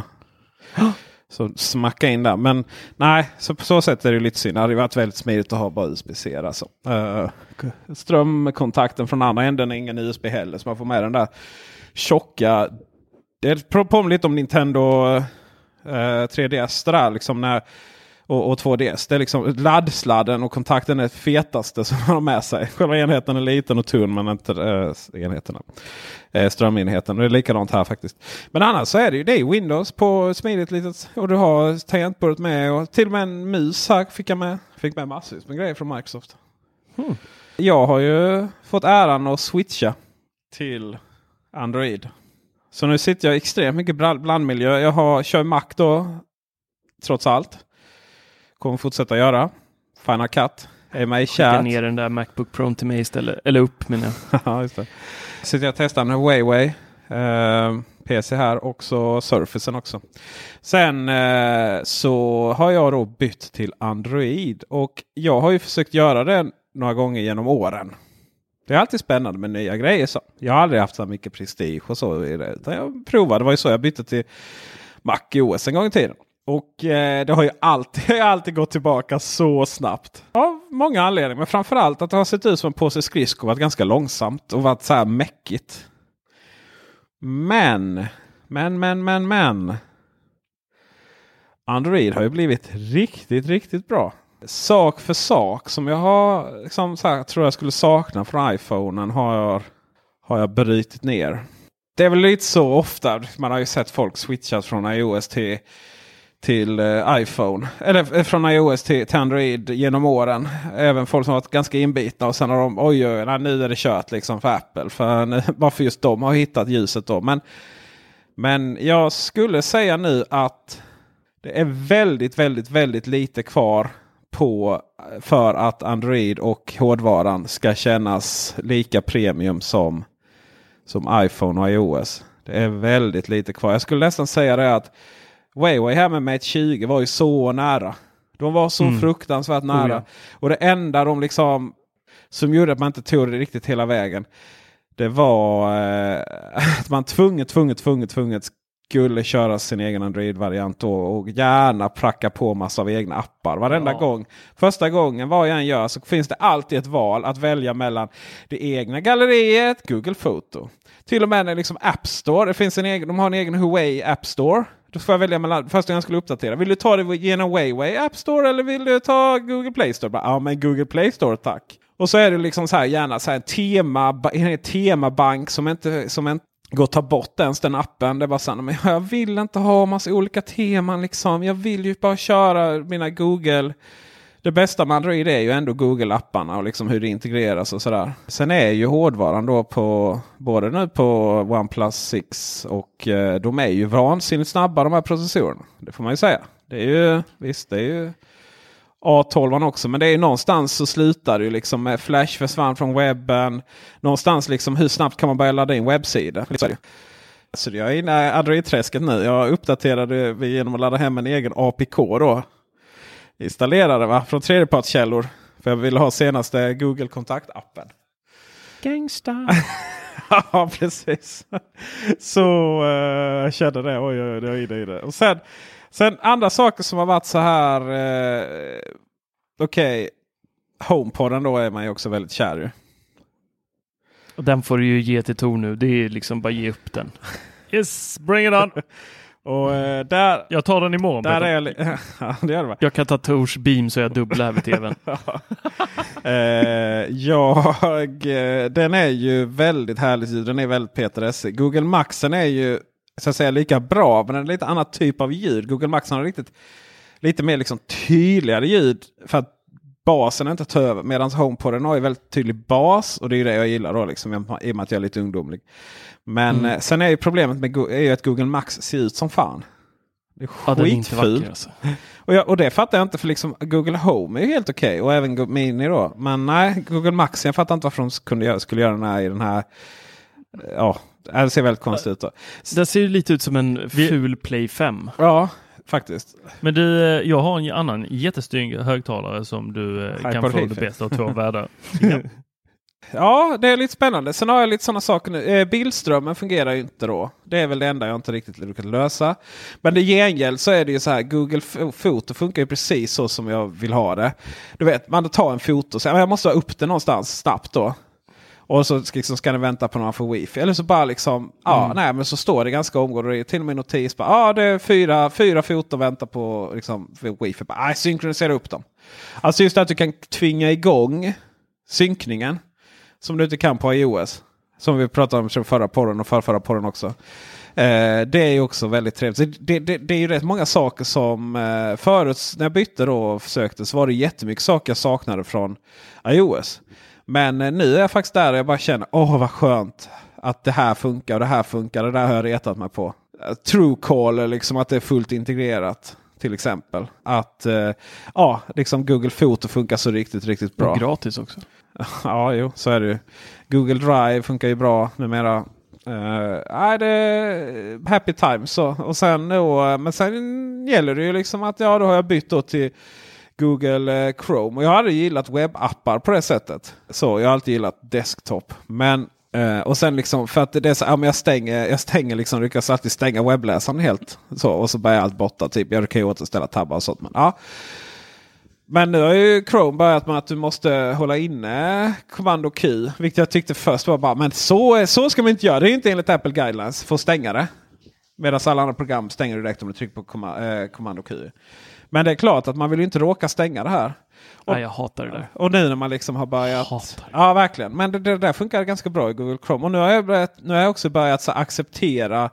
Så smacka in där. Men nej, så på så sätt är det lite synd. Det hade varit väldigt smidigt att ha bara U S B-C. Alltså. Uh, strömkontakten från andra änden är ingen U S B heller. Så man får med den där tjocka. Det påminner lite om Nintendo uh, tre D S där liksom när, och, och två D S. Det är liksom laddsladden och kontakten är fetaste som man har med sig. Själva enheten är liten och tunn men inte uh, enheterna. Strömenheten. Det är likadant här faktiskt. Men annars så är det ju det är Windows på smidigt litet. Och du har tangentbordet med. Och till och med en mus här fick jag med. Fick med massvis med grejer från Microsoft. Hmm. Jag har ju fått äran att switcha till Android. Så nu sitter jag extremt mycket blandmiljö. Jag har, kör Mac då. Trots allt. Kommer fortsätta göra. Final Cut. Är med i chatt. Skicka ner den där MacBook Pro till mig istället. Eller upp menar jag. Ja, just det. Så jag testar en Huawei eh, P C här och så Surfacen också. Sen eh, så har jag då bytt till Android och jag har ju försökt göra det några gånger genom åren. Det är alltid spännande med nya grejer så. Jag har aldrig haft så mycket prestige och så i det. Utan jag provade, det var ju så jag bytte till Mac O S en gång i tiden. Och eh, det har ju alltid, alltid gått tillbaka så snabbt. Av många anledningar. Men framförallt att det har sett ut som en påse skridskor. Varit ganska långsamt och varit så här mäckigt. Men, men, men, men, men. Android har ju blivit riktigt, riktigt bra. Sak för sak som jag har, liksom, så här, tror jag skulle sakna från iPhonen har jag, har jag brytit ner. Det är väl lite så ofta. Man har ju sett folk switchat från iOS till... till uh, iPhone. Eller uh, från iOS till, till Android genom åren. Även folk som har varit ganska inbitna. Och sen har de, oj, oj nej, nu är det kört liksom för Apple. För nu, varför just de har hittat ljuset då. Men, men jag skulle säga nu att det är väldigt, väldigt, väldigt lite kvar på för att Android och hårdvaran ska kännas lika premium som, som iPhone och iOS. Det är väldigt lite kvar. Jag skulle nästan säga det att Huawei här med Mate tjugo var ju så nära. De var så mm. fruktansvärt nära. Oh, ja. Och det enda de liksom som gjorde att man inte tog det riktigt hela vägen. Det var eh, att man tvunget, tvunget, tvunget, tvunget skulle köra sin egen Android-variant och, och gärna pracka på massa av egna appar. Varenda ja. gång. Första gången vad jag än gör så finns det alltid ett val att välja mellan det egna galleriet, Google Photo. Till och med när liksom App Store, det finns en egen, de har en egen Huawei App Store. Då får jag välja mellan, först när jag skulle uppdatera. Vill du ta det genom Huawei App Store eller vill du ta Google Play Store? Ja, men Google Play Store, tack. Och så är det liksom så här, gärna så här en tema, en temabank som inte, som en, gå och ta bort ens den appen. Det är bara så här, men jag vill inte ha massa olika teman liksom. Jag vill ju bara köra mina Google. Det bästa med Android är ju ändå Google-apparna och liksom hur det integreras och sådär. Sen är ju hårdvaran då på både nu på OnePlus sex och eh, de är ju vansinnigt snabba de här processorerna. Det får man ju säga. Det är ju, visst det är ju A tolv också, men det är ju någonstans så slutar det ju liksom med Flash försvann från webben. Någonstans liksom hur snabbt kan man börja ladda in webbsidor? Så jag är inne i Android-träsket nu. Jag uppdaterade genom att ladda hem en egen A P K då. Installerade va? Från tredjepartskällor. För jag ville ha senaste Google kontaktappen. Gangsta. Ja, precis. Så uh, jag kände det. Oj, oj, oj, det är det. Och sen, sen andra saker som har varit så här. Uh, Okej. Okay. HomePodden då är man ju också väldigt kär ju. Och den får du ju ge till Tor nu. Det är liksom bara ge upp den. Yes, bring it on. Och uh, där, jag tar den imorgon. Där är jag, ja, det gör det. Jag kan ta Tors beam så jag dubblar över tvn. uh, jag, den är ju väldigt härlig. Den är väldigt P T S. Google Maxen är ju så att säga lika bra, men den är lite annan typ av ljud. Google Maxen har riktigt lite mer liksom tydligare ljud för att basen är inte tar över. Medan HomePodden har ju väldigt tydlig bas och det är ju det jag gillar då liksom, i och med att jag är lite ungdomlig. Men mm. sen är ju problemet med är ju att Google Max ser ut som fan. Det är skitfult. Ja, alltså. och, jag, och det fattar jag inte för liksom Google Home är ju helt okej. Okay, och även Mini då. Men nej, Google Max, jag fattar inte varför de kunde göra, skulle göra den här i den här. Ja, det ser väldigt konstigt ut då. Det ser ju lite ut som en ful Play fem. Ja, faktiskt. Men du, jag har en annan jättestygg högtalare som du kan få det bästa av två världar. Ja. Ja, det är lite spännande. Sen har jag lite sådana saker nu. Eh, bildströmmen fungerar ju inte då. Det är väl det enda jag inte riktigt lyckats lösa. Men i gengäld så är det ju så här. Google Foto funkar ju precis så som jag vill ha det. Du vet, man tar en foto. Så jag måste ha upp det någonstans snabbt då. Och så liksom ska den vänta på någon för wifi. Eller så bara liksom, ja, mm. nej men så står det ganska omgående. Det är till och med notis. Ja, ah, det är fyra, fyra foton väntar på liksom för wifi. Bara, ah, synkronisera upp dem. Alltså just att du kan tvinga igång synkningen. Som du inte kan på iOS. Som vi pratade om förra podden och förra podden också. Eh, det är ju också väldigt trevligt. Det, det, det är ju rätt många saker som eh, förut när jag bytte då och försökte så var det jättemycket saker jag saknade från iOS. Men eh, nu är jag faktiskt där och jag bara känner, åh vad skönt att det här funkar och det här funkar. Det där har jag retat mig på. Uh, Truecaller, liksom att det är fullt integrerat. Till exempel. Att eh, ja, liksom Google Foto funkar så riktigt, riktigt bra. Och gratis också. Ja, jo, så är det ju. Google Drive funkar ju bra numera. Uh, nej, det är happy times. Så. Och sen då, men sen gäller det ju liksom att ja, då har jag bytt då till Google eh, Chrome. Och jag hade gillat webbappar på det sättet. Så jag har alltid gillat desktop. Men Uh, och sen liksom för att det är så ja, men jag stänger jag stänger liksom lyckas alltid stänga webbläsaren helt så och så börjar allt borta typ jag kan ju återställa tabbar och sånt men ja. Men nu har ju Chrome börjat med att du måste hålla inne kommando Q, vilket jag tyckte först var bara men så så ska man inte göra. Det är inte enligt Apple Guidelines för att stänga det. Medan alla andra program stänger direkt om du trycker på kommando, eh, kommando Q. Men det är klart att man vill ju inte råka stänga det här. Och, ja, jag hatar det där. Och nu när man liksom har börjat... Ja, verkligen. Men det, det där funkar ganska bra i Google Chrome. Och nu har jag, börjat, nu har jag också börjat så acceptera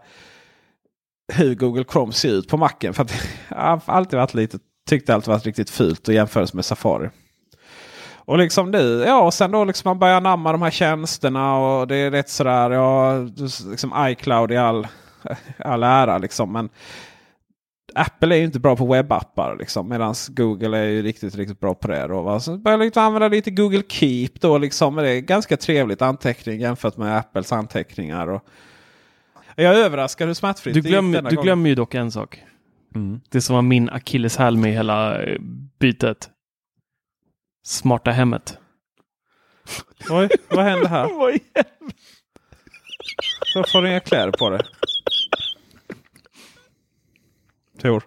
hur Google Chrome ser ut på Macen. För att jag har alltid varit lite... Tyckte allt varit riktigt fult och jämförs med Safari. Och liksom nu... Ja, och sen då liksom man börjar namna de här tjänsterna och det är rätt sådär... Ja, liksom iCloud i all, all ära liksom. Men... Apple är ju inte bra på webbappar liksom, medan Google är ju riktigt riktigt bra på det då, va? Så börjar jag liksom använda lite Google Keep då liksom, det är ganska trevligt anteckning jämfört med Apples anteckningar och jag är överraskad hur smärtfritt du glöm, det gick. Du glömmer ju dock en sak. Mm. Det som var min akilleshäl med hela bytet. Smarta hemmet. Oj, vad hände här? Så får du inga kläder på det. Tor.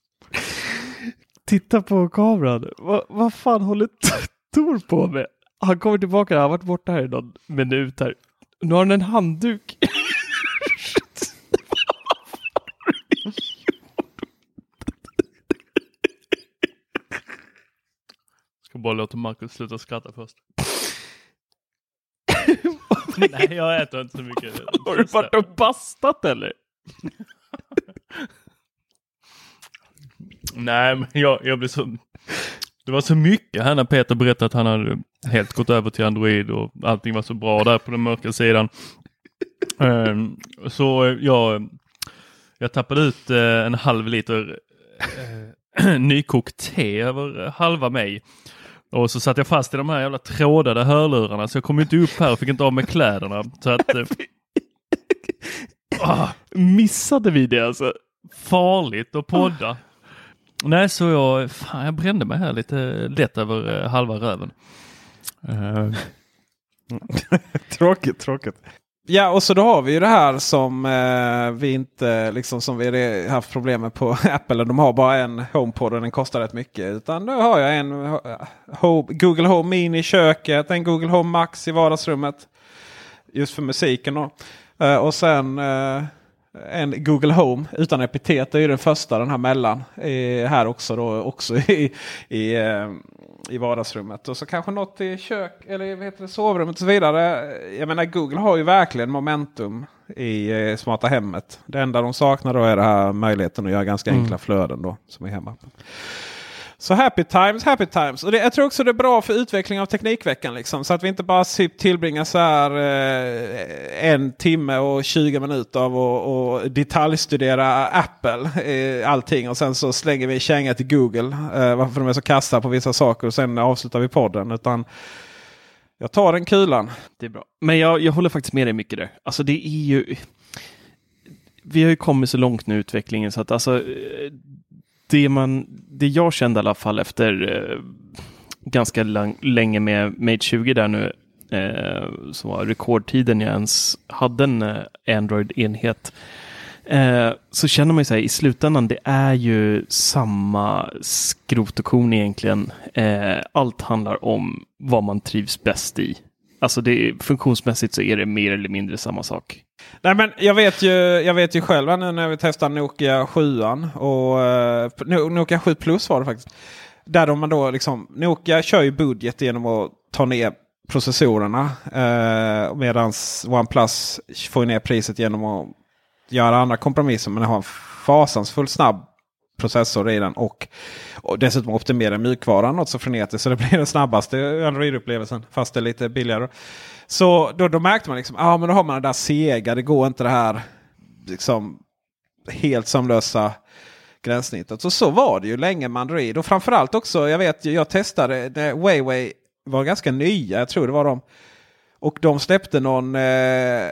Titta på kameran. Va, vad fan håller Tor på med? Han kommer tillbaka. Han har varit borta här i någon minut här. Nu har han en handduk. Ska bara låta Marcus sluta skratta först. Nej, jag äter inte så mycket. Har du varit och bastat eller? Nej, men jag, jag blev så... Det var så mycket här när Peter berättade att han hade helt gått över till Android och allting var så bra där på den mörka sidan. um, så jag, jag tappade ut uh, en halv liter uh, nykokt te över halva mig. Och så satt jag fast i de här jävla trådade hörlurarna så jag kom inte upp här och fick inte av med kläderna. Så att... Uh, oh, missade vi det alltså? Farligt att podda. Oh. Nej, så jag, fan, jag brände mig här lite lätt över uh, halva röven. Uh. tråkigt, tråkigt. Ja, och så då har vi ju det här som eh, vi inte, liksom som vi har haft problem med på Apple. De har bara en HomePod och den kostar rätt mycket. Utan nu har jag en Home, Google Home Mini i köket, en Google Home Max i vardagsrummet. Just för musiken då. Uh, och sen... Uh, en Google Home utan epitet är ju den första, den här mellan eh, här också då, också i, i, eh, i vardagsrummet. Och så kanske något i kök eller vad heter det, sovrummet och så vidare. Jag menar, Google har ju verkligen momentum i eh, smarta hemmet. Det enda de saknar då är det här möjligheten att göra ganska enkla mm. flöden då som är hemma. Så happy times, happy times. Och det, jag tror också det är bra för utveckling av Teknikveckan. Liksom, så att vi inte bara tillbringar så här eh, en timme och tjugo minuter av att och detaljstudera Apple. Eh, allting. Och sen så slänger vi känga till Google. Eh, varför de är så kassa på vissa saker. Och sen avslutar vi podden. Utan jag tar den kulan. Det är bra. Men jag, jag håller faktiskt med dig mycket där. Alltså det är ju... Vi har ju kommit så långt nu i utvecklingen så att alltså... Det, man, det jag kände i alla fall efter eh, ganska lang, länge med Mate tjugo där nu eh, så var rekordtiden jag ens hade en eh, Android-enhet eh, så känner man ju så här, i slutändan det är ju samma skrot och korn egentligen. Eh, allt handlar om vad man trivs bäst i. Alltså det, funktionsmässigt så är det mer eller mindre samma sak. Nej, men jag vet ju, jag vet ju själv nu när vi testar Nokia sju och uh, Nokia sju Plus var det faktiskt. Där de man då liksom, Nokia kör ju budget genom att ta ner processorerna uh, medan OnePlus får ner priset genom att göra andra kompromisser, men har en fasansfull snabb processor i den och, och dessutom optimera mjukvaran något så frenetiskt så det blir den snabbaste Android-upplevelsen fast det är lite billigare. Så då, då märkte man liksom, ja ah, men då har man det där sega, det går inte det här liksom helt sömlösa gränssnittet. Så så var det ju länge med Android och framförallt också, jag vet ju, jag testade, det, Huawei var ganska nya, jag tror det var de. Och de släppte någon eh,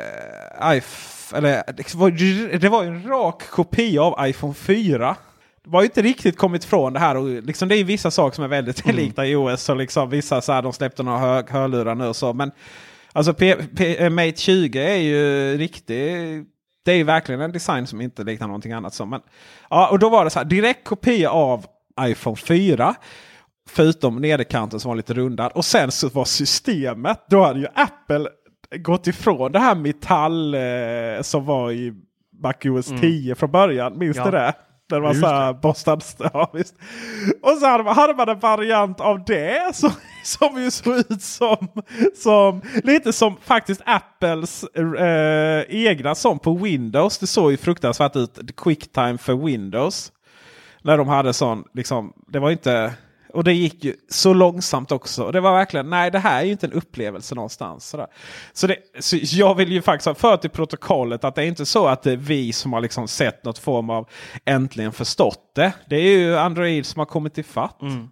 iPhone, eller det var, det var en rak kopia av iPhone fyra. Det var ju inte riktigt kommit från det här och liksom det är vissa saker som är väldigt mm. likta i O S och liksom vissa så här, de släppte några hör, hörlurar nu och så, men alltså P, P, Mate tjugo är ju riktigt, det är ju verkligen en design som inte liknar någonting annat som, men ja, och då var det så här direkt kopia av iPhone fyra förutom nederkanten som var lite rundad och sen så var systemet, då hade ju Apple gått ifrån det här metall eh, som var i MacOS tio mm. från början, minns ja. du det? Där var så här Boston, ja, visst. Och så hade man, hade man en variant av det som, som ju såg ut som, som lite som faktiskt Apples eh, egna som på Windows. Det såg ju fruktansvärt ut, QuickTime för Windows. När de hade sån, liksom, det var inte... Och det gick ju så långsamt också. Och det var verkligen, nej det här är ju inte en upplevelse någonstans. Sådär. Så, det, så jag vill ju faktiskt ha fört i protokollet att det är inte så att det är vi som har liksom sett något form av äntligen förstått det. Det är ju Android som har kommit till fatt. Mm.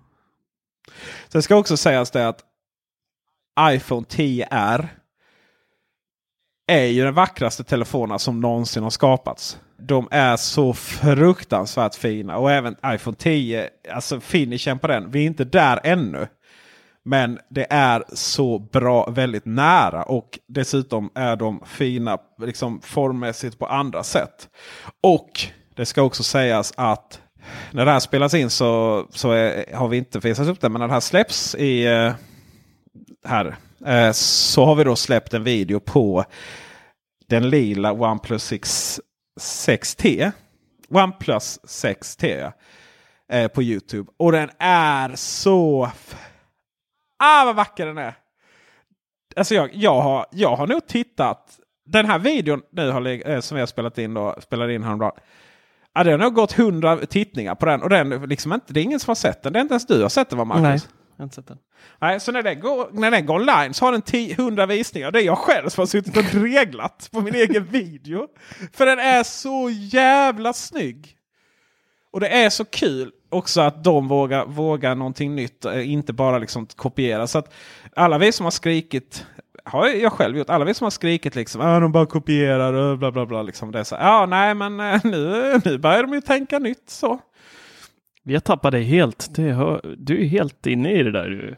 Så det ska också sägas det att iPhone tio R är ju den vackraste telefonen som någonsin har skapats. De är så fruktansvärt fina. Och även iPhone tio, alltså finishen på den. Vi är inte där ännu. Men det är så bra, väldigt nära. Och dessutom är de fina liksom formmässigt på andra sätt. Och det ska också sägas att när det här spelas in så, så är, har vi inte visat upp det. Men när det här släpps i eh, här eh, så har vi då släppt en video på den lila OnePlus sex sex T. OnePlus sex T eh, på YouTube. Och den är så... F- ah, vad vacker den är! alltså jag, jag, har, jag har nog tittat. Den här videon nu har, som jag har spelat in då, spelade in häromdagen. Ja, det har nog gått hundra tittningar på den. Och den liksom inte, det är ingen som har sett den. Det är inte ens du har sett den, va, Marcus? Nej, jag har inte sett den. Nej, så när den går, när den går online så har den tio, hundra visningar. Det är jag själv som har suttit och reglat på min egen video. För den är så jävla snygg. Och det är så kul också att de vågar, vågar någonting nytt. Inte bara liksom kopiera. Så att alla vi som har skrikit... Har jag själv gjort. Alla vi som har skrikit liksom, ah, de bara kopierar och bla bla bla. Liksom. Det är så, ja, nej, men nu, nu börjar de ju tänka nytt så. Vi har tappat dig helt. Det hör, du är helt inne i det där. Du.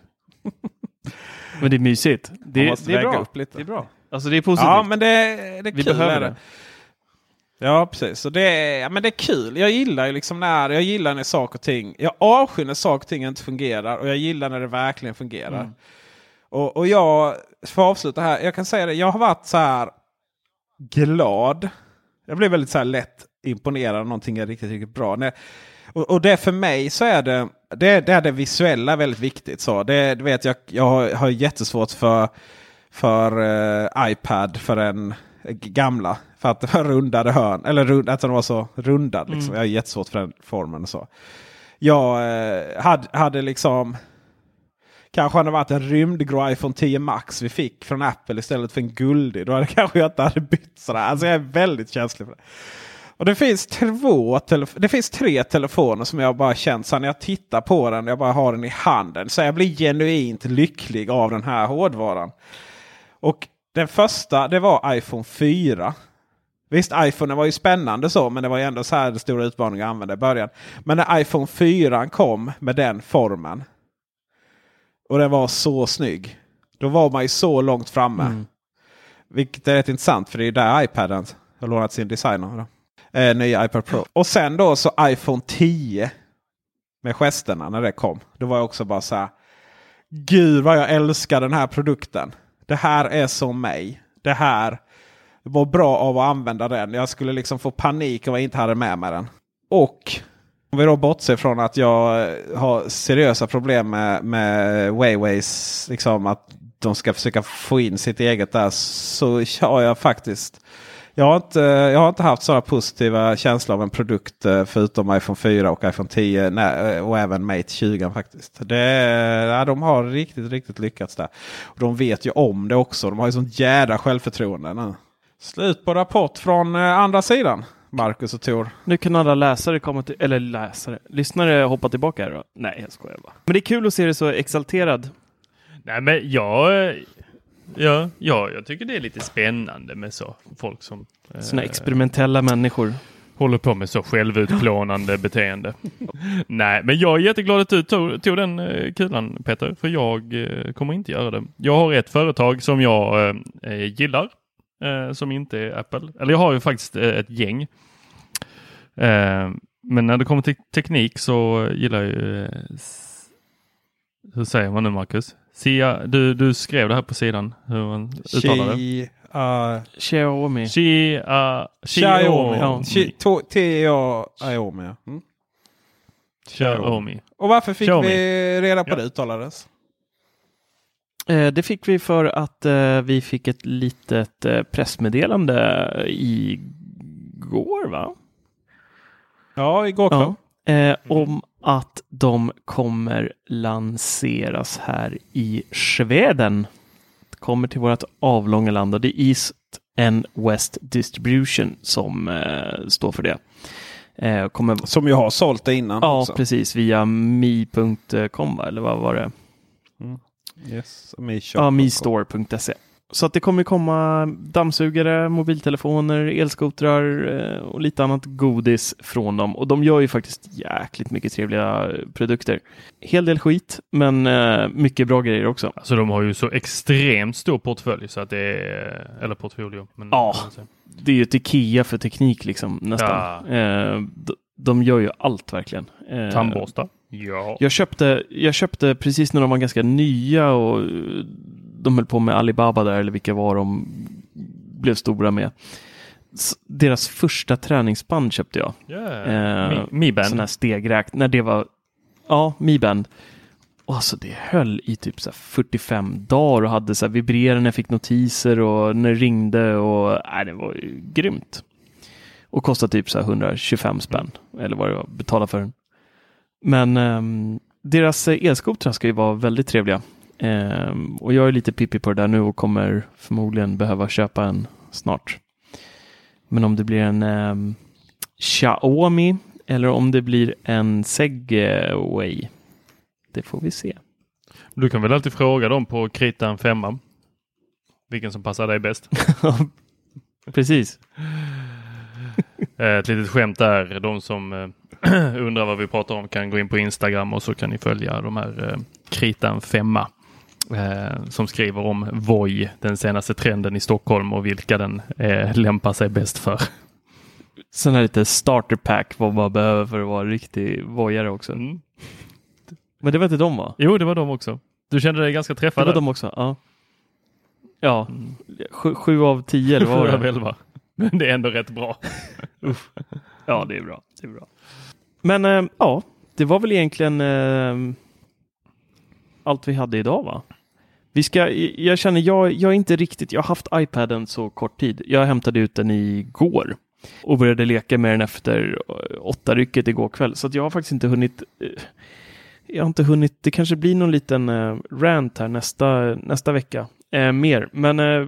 Men det är mysigt. Det, det är bra. Upp lite. Det är bra. Alltså det är positivt. Ja, men det, det är Vi kul. behöver är det. det. Ja, precis. Så det är, ja, men det är kul. Jag gillar ju liksom när, jag gillar när saker och ting, jag avskyr när saker och ting inte fungerar. Och jag gillar när det verkligen fungerar. Mm. Och, och jag får avsluta här. Jag kan säga det. Jag har varit så här glad. Jag blir väldigt så här lätt imponerad av någonting jag riktigt tycker är bra. När, och, och det för mig så är det det, det är det visuella väldigt viktigt. Så det, du vet, jag, jag har, har jättesvårt för, för uh, iPad för en gamla. För att det var rundade hörn. Eller rund, att den var så rundad. Liksom. Mm. Jag har jättesvårt för den formen och så. Jag uh, hade, hade liksom... Kanske hade det varit en rymdgrå iPhone tio Max vi fick från Apple istället för en guldig. Då hade kanske jag inte hade bytt sådär. Alltså jag är väldigt känslig för det. Och det finns två telef- det finns tre telefoner som jag bara känt så när jag tittar på den. Jag bara har den i handen. Så jag blir genuint lycklig av den här hårdvaran. Och den första, det var iPhone fyra. Visst, iPhone var ju spännande så, men det var ju ändå så här det stora utmaningen att använda i början. Men när iPhone fyra kom med den formen och den var så snygg, då var man ju så långt framme. Mm. Vilket är rätt intressant, för det är där iPaden har lånat sin designer. Eh, nya iPad Pro. Och sen då så iPhone tio med gesterna när det kom. Då var jag också bara så här, gud vad jag älskar den här produkten. Det här är som mig. Det här var bra av att använda den. Jag skulle liksom få panik om jag inte hade med mig den. Och om vi då bortser från att jag har seriösa problem med, med Huaweis, liksom att de ska försöka få in sitt eget där, så har jag faktiskt jag har inte, jag har inte haft sådana positiva känslor av en produkt förutom iPhone fyra och iPhone tio nej, och även Mate tjugo faktiskt. Det, ja, de har riktigt, riktigt lyckats där. Och de vet ju om det också. De har ju sånt jädra självförtroende nu. Slut på rapport från andra sidan. Marcus och Tor. Nu kan alla läsare komma till, eller läsare, lyssnare hoppa tillbaka här då. Nej, jag skojar bara. Men det är kul att se det så exalterad. Nej, men jag, ja, ja, jag tycker det är lite spännande med så folk som såna eh, experimentella människor håller på med så självutplånande beteende. Nej, men jag är jätteglad att du tog, tog den eh, kulan, Peter, för jag eh, kommer inte göra det. Jag har ett företag som jag eh, gillar. Eh, som inte är Apple. Eller jag har ju faktiskt eh, ett gäng. Eh, men när det kommer till teknik så gillar jag ju... Eh, s- hur säger man nu, Marcus? Sia, du, du skrev det här på sidan. Hur man uttalar det. Uh, Xiaomi. Xi, uh, Xiaomi. Ja. Xiaomi. Mm. Xiaomi. Och varför fick Xiaomi. vi reda på ja. det uttalades? Eh, det fick vi för att eh, vi fick ett litet eh, pressmeddelande igår, va? Ja, igår kväll. Ja. Eh, om att de kommer lanseras här i Schweden. Kommer till vårt avlånga land, och det är East and West Distribution som eh, står för det. Eh, kommer... Som jag har sålt det innan. Ja, också. precis. Via mi punkt com, eller vad var det? Mm. Yes, ja, mistore punkt se. Så att det kommer komma dammsugare, mobiltelefoner, elskotrar eh, och lite annat godis från dem. Och de gör ju faktiskt jäkligt mycket trevliga produkter. Hel del skit, men eh, mycket bra grejer också. Alltså de har ju så extremt stor portfölj så att det är, eller portfolio. Men ja, det är ju ett Ikea för teknik liksom nästan. Ja. Eh, de, de gör ju allt verkligen. Eh, Tandborsta. Ja. Jag köpte, jag köpte precis när de var ganska nya och de höll på med Alibaba där, eller vilka var de blev stora med. S- deras första träningsband köpte jag. Yeah. Eh, Mi Band. Sån här stegräkt. När det var, ja, Mi Band. Och alltså det höll i typ så här fyrtiofem dagar och hade så här vibrerande när jag fick notiser och när det ringde och nej, det var ju grymt. Och kostade typ så här hundratjugofem spänn eller vad jag betalade för den. Men um, deras elskotrar ska ju vara väldigt trevliga. Um, och jag är lite pippi på det där nu och kommer förmodligen behöva köpa en snart. Men om det blir en um, Xiaomi eller om det blir en Segway, det får vi se. Du kan väl alltid fråga dem på Krita en femma. Vilken som passar dig bäst. Precis. Ett litet skämt där. De som eh, undrar vad vi pratar om kan gå in på Instagram och så kan ni följa de här eh, Krita en femma. Eh, som skriver om Voi, den senaste trenden i Stockholm och vilka den eh, lämpar sig bäst för. Sån här lite starter pack vad man behöver för att vara riktig vojare också. Mm. Men det var inte de, va? Jo, det var de också. Du kände dig ganska träffad. Det var de också, ja. Ja, mm. sju, sju av tio eller vad var det? Sju av elva. Men det är ändå rätt bra. Uff. Ja, det är bra. Det är bra. Men äh, ja, det var väl egentligen äh, allt vi hade idag, va? Vi ska, jag känner, jag, jag är inte riktigt, jag har haft iPaden så kort tid. Jag hämtade ut den igår och började leka med den efter åtta rycket igår kväll. Så att jag har faktiskt inte hunnit, jag har inte hunnit, det kanske blir någon liten äh, rant här nästa, nästa vecka. Äh, mer, men äh,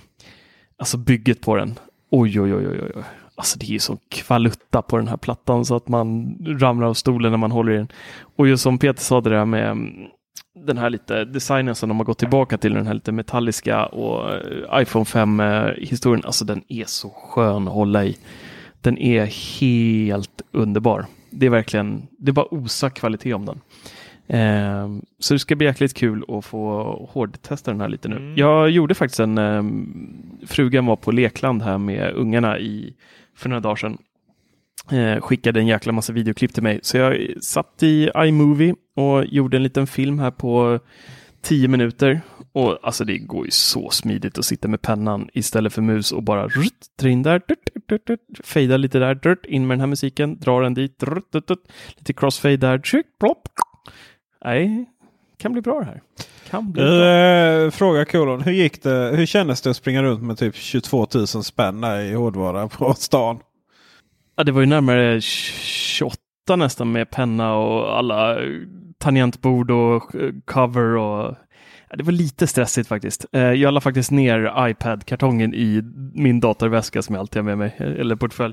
alltså bygget på den. Oj, oj, oj, oj, oj. Alltså det är ju så kvalutta på den här plattan så att man ramlar av stolen när man håller i den. Och just som Peter sa det där med den här lite designen som de har gått tillbaka till, den här lite metalliska och iPhone fem-historien. Alltså den är så skön att hålla i. Den är helt underbar. Det är verkligen, det är bara osa kvalitet om den. Eh, så det ska bli jäkligt kul att få hårdtesta den här lite nu. Mm. Jag gjorde faktiskt en eh, frugan var på lekland här med ungarna i, för några dagar sedan. Eh, skickade en jäkla massa videoklipp till mig. Så jag satt i iMovie och gjorde en liten film här på tio minuter. Och alltså det går ju så smidigt att sitta med pennan istället för mus och bara rutt, dra in där, fejda lite där, rutt, in med den här musiken, dra den dit, rutt, rutt, rutt, lite crossfade där, tryck, plopp. Nej, kan bli bra det här. Kan bli bra. Äh, fråga kolon, hur gick det? Hur kändes det att springa runt med typ tjugotvå tusen spänn i hårdvara på stan? Ja, det var ju närmare tjugoåtta nästan med penna och alla tangentbord och cover och ja, det var lite stressigt faktiskt. Jag la faktiskt ner iPad-kartongen i min datorväska som jag alltid har med mig, eller portfölj.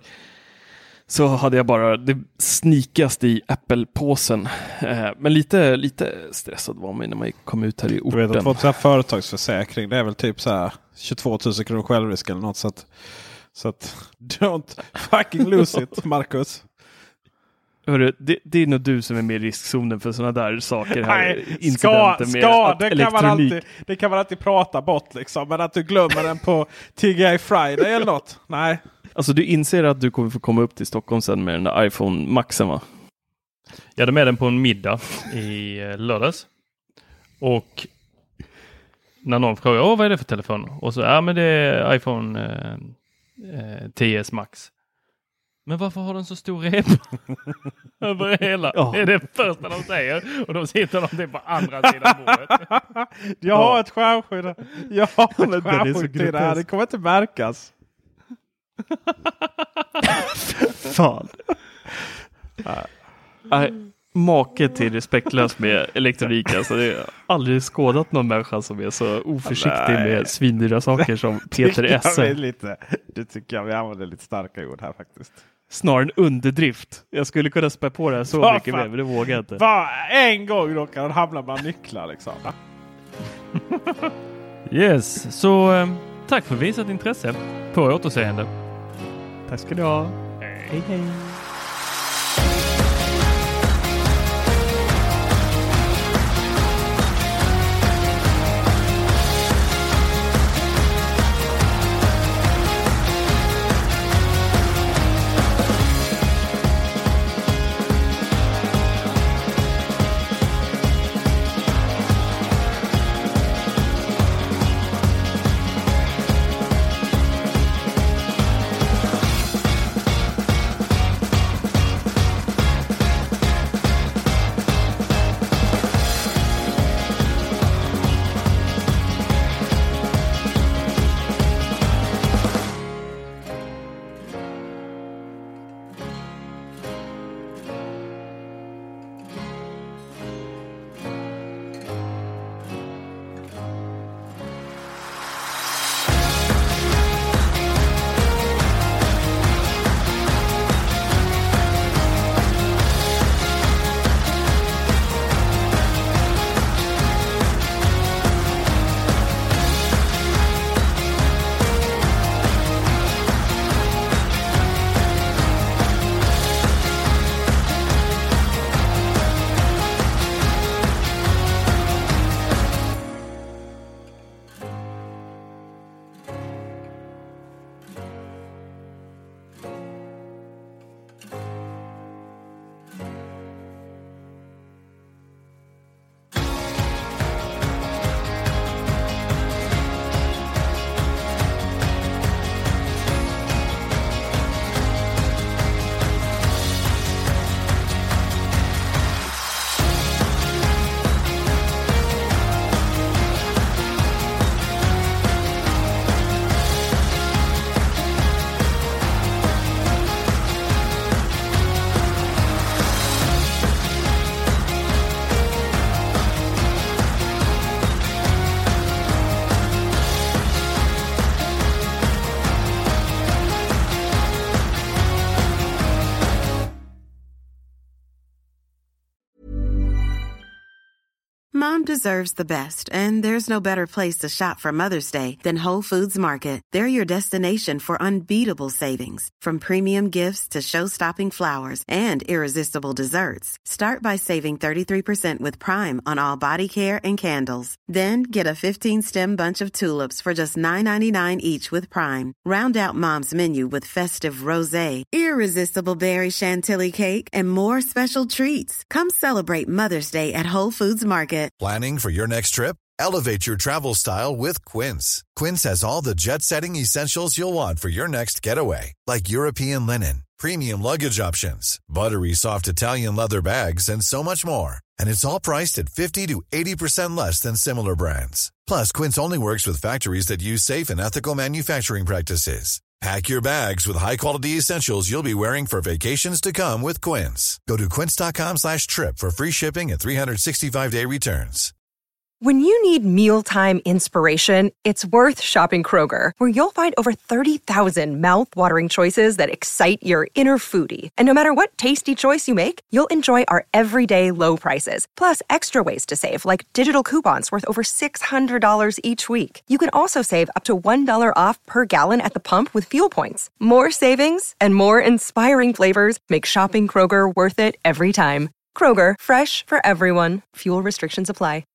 Så hade jag bara det snikast i Apple-påsen. Men lite, lite stressad var man när man kom ut här i orten. Du vet att få så här företagsförsäkring, det är väl typ så här tjugotvå tusen kronor självrisk eller något. Så att, så att don't fucking lose it, Marcus. Hörru, det, det är nog du som är med i riskzonen för sådana där saker här. Nej, incidenter ska, med ska, det elektronik. kan, man alltid, det kan man alltid prata bort liksom. Men att du glömmer den på T G I Friday eller något. Nej. Alltså du inser att du kommer få komma upp till Stockholm sen med den där iPhone Maxen, va? Jag hade med den på en middag i lördags. Och när någon frågar, åh vad är det för telefon? Och så, ja men det är iPhone eh, eh, T S Max. Men varför har den så stor rep över hela? Ja. Det är det första de säger. Och de sitter de det på andra sidan bordet. Jag har ett skärmskydd. Jag har ett skärmskydd till det här. Det kommer inte märkas. Fan. Nej, make till respektlös med elektronik. Alltså det är aldrig skådat någon människa som är så oförsiktig Nej. med svindyra saker som Peter Esse. Lite, det tycker jag vi använder lite starka ord här faktiskt. Snarare en underdrift. Jag skulle kunna spä på det här så Va, mycket mer, men det vågar jag inte. Va, en gång råkar han hamna bland nycklar liksom. Yes, så eh, tack för visat intresse. På återseende. Tack ska du ha. Hej hej. Mom deserves the best, and there's no better place to shop for Mother's Day than Whole Foods Market. They're your destination for unbeatable savings, from premium gifts to show-stopping flowers and irresistible desserts. Start by saving thirty-three percent with Prime on all body care and candles. Then get a fifteen-stem bunch of tulips for just nine ninety-nine each with Prime. Round out Mom's menu with festive rosé, irresistible berry chantilly cake, and more special treats. Come celebrate Mother's Day at Whole Foods Market. Planning for your next trip? Elevate your travel style with Quince. Quince has all the jet-setting essentials you'll want for your next getaway, like European linen, premium luggage options, buttery soft Italian leather bags, and so much more. And it's all priced at fifty to eighty percent less than similar brands. Plus, Quince only works with factories that use safe and ethical manufacturing practices. Pack your bags with high-quality essentials you'll be wearing for vacations to come with Quince. Go to quince.com slash trip for free shipping and three sixty-five day returns. When you need mealtime inspiration, it's worth shopping Kroger, where you'll find over thirty thousand mouth-watering choices that excite your inner foodie. And no matter what tasty choice you make, you'll enjoy our everyday low prices, plus extra ways to save, like digital coupons worth over six hundred dollars each week. You can also save up to one dollar off per gallon at the pump with fuel points. More savings and more inspiring flavors make shopping Kroger worth it every time. Kroger, fresh for everyone. Fuel restrictions apply.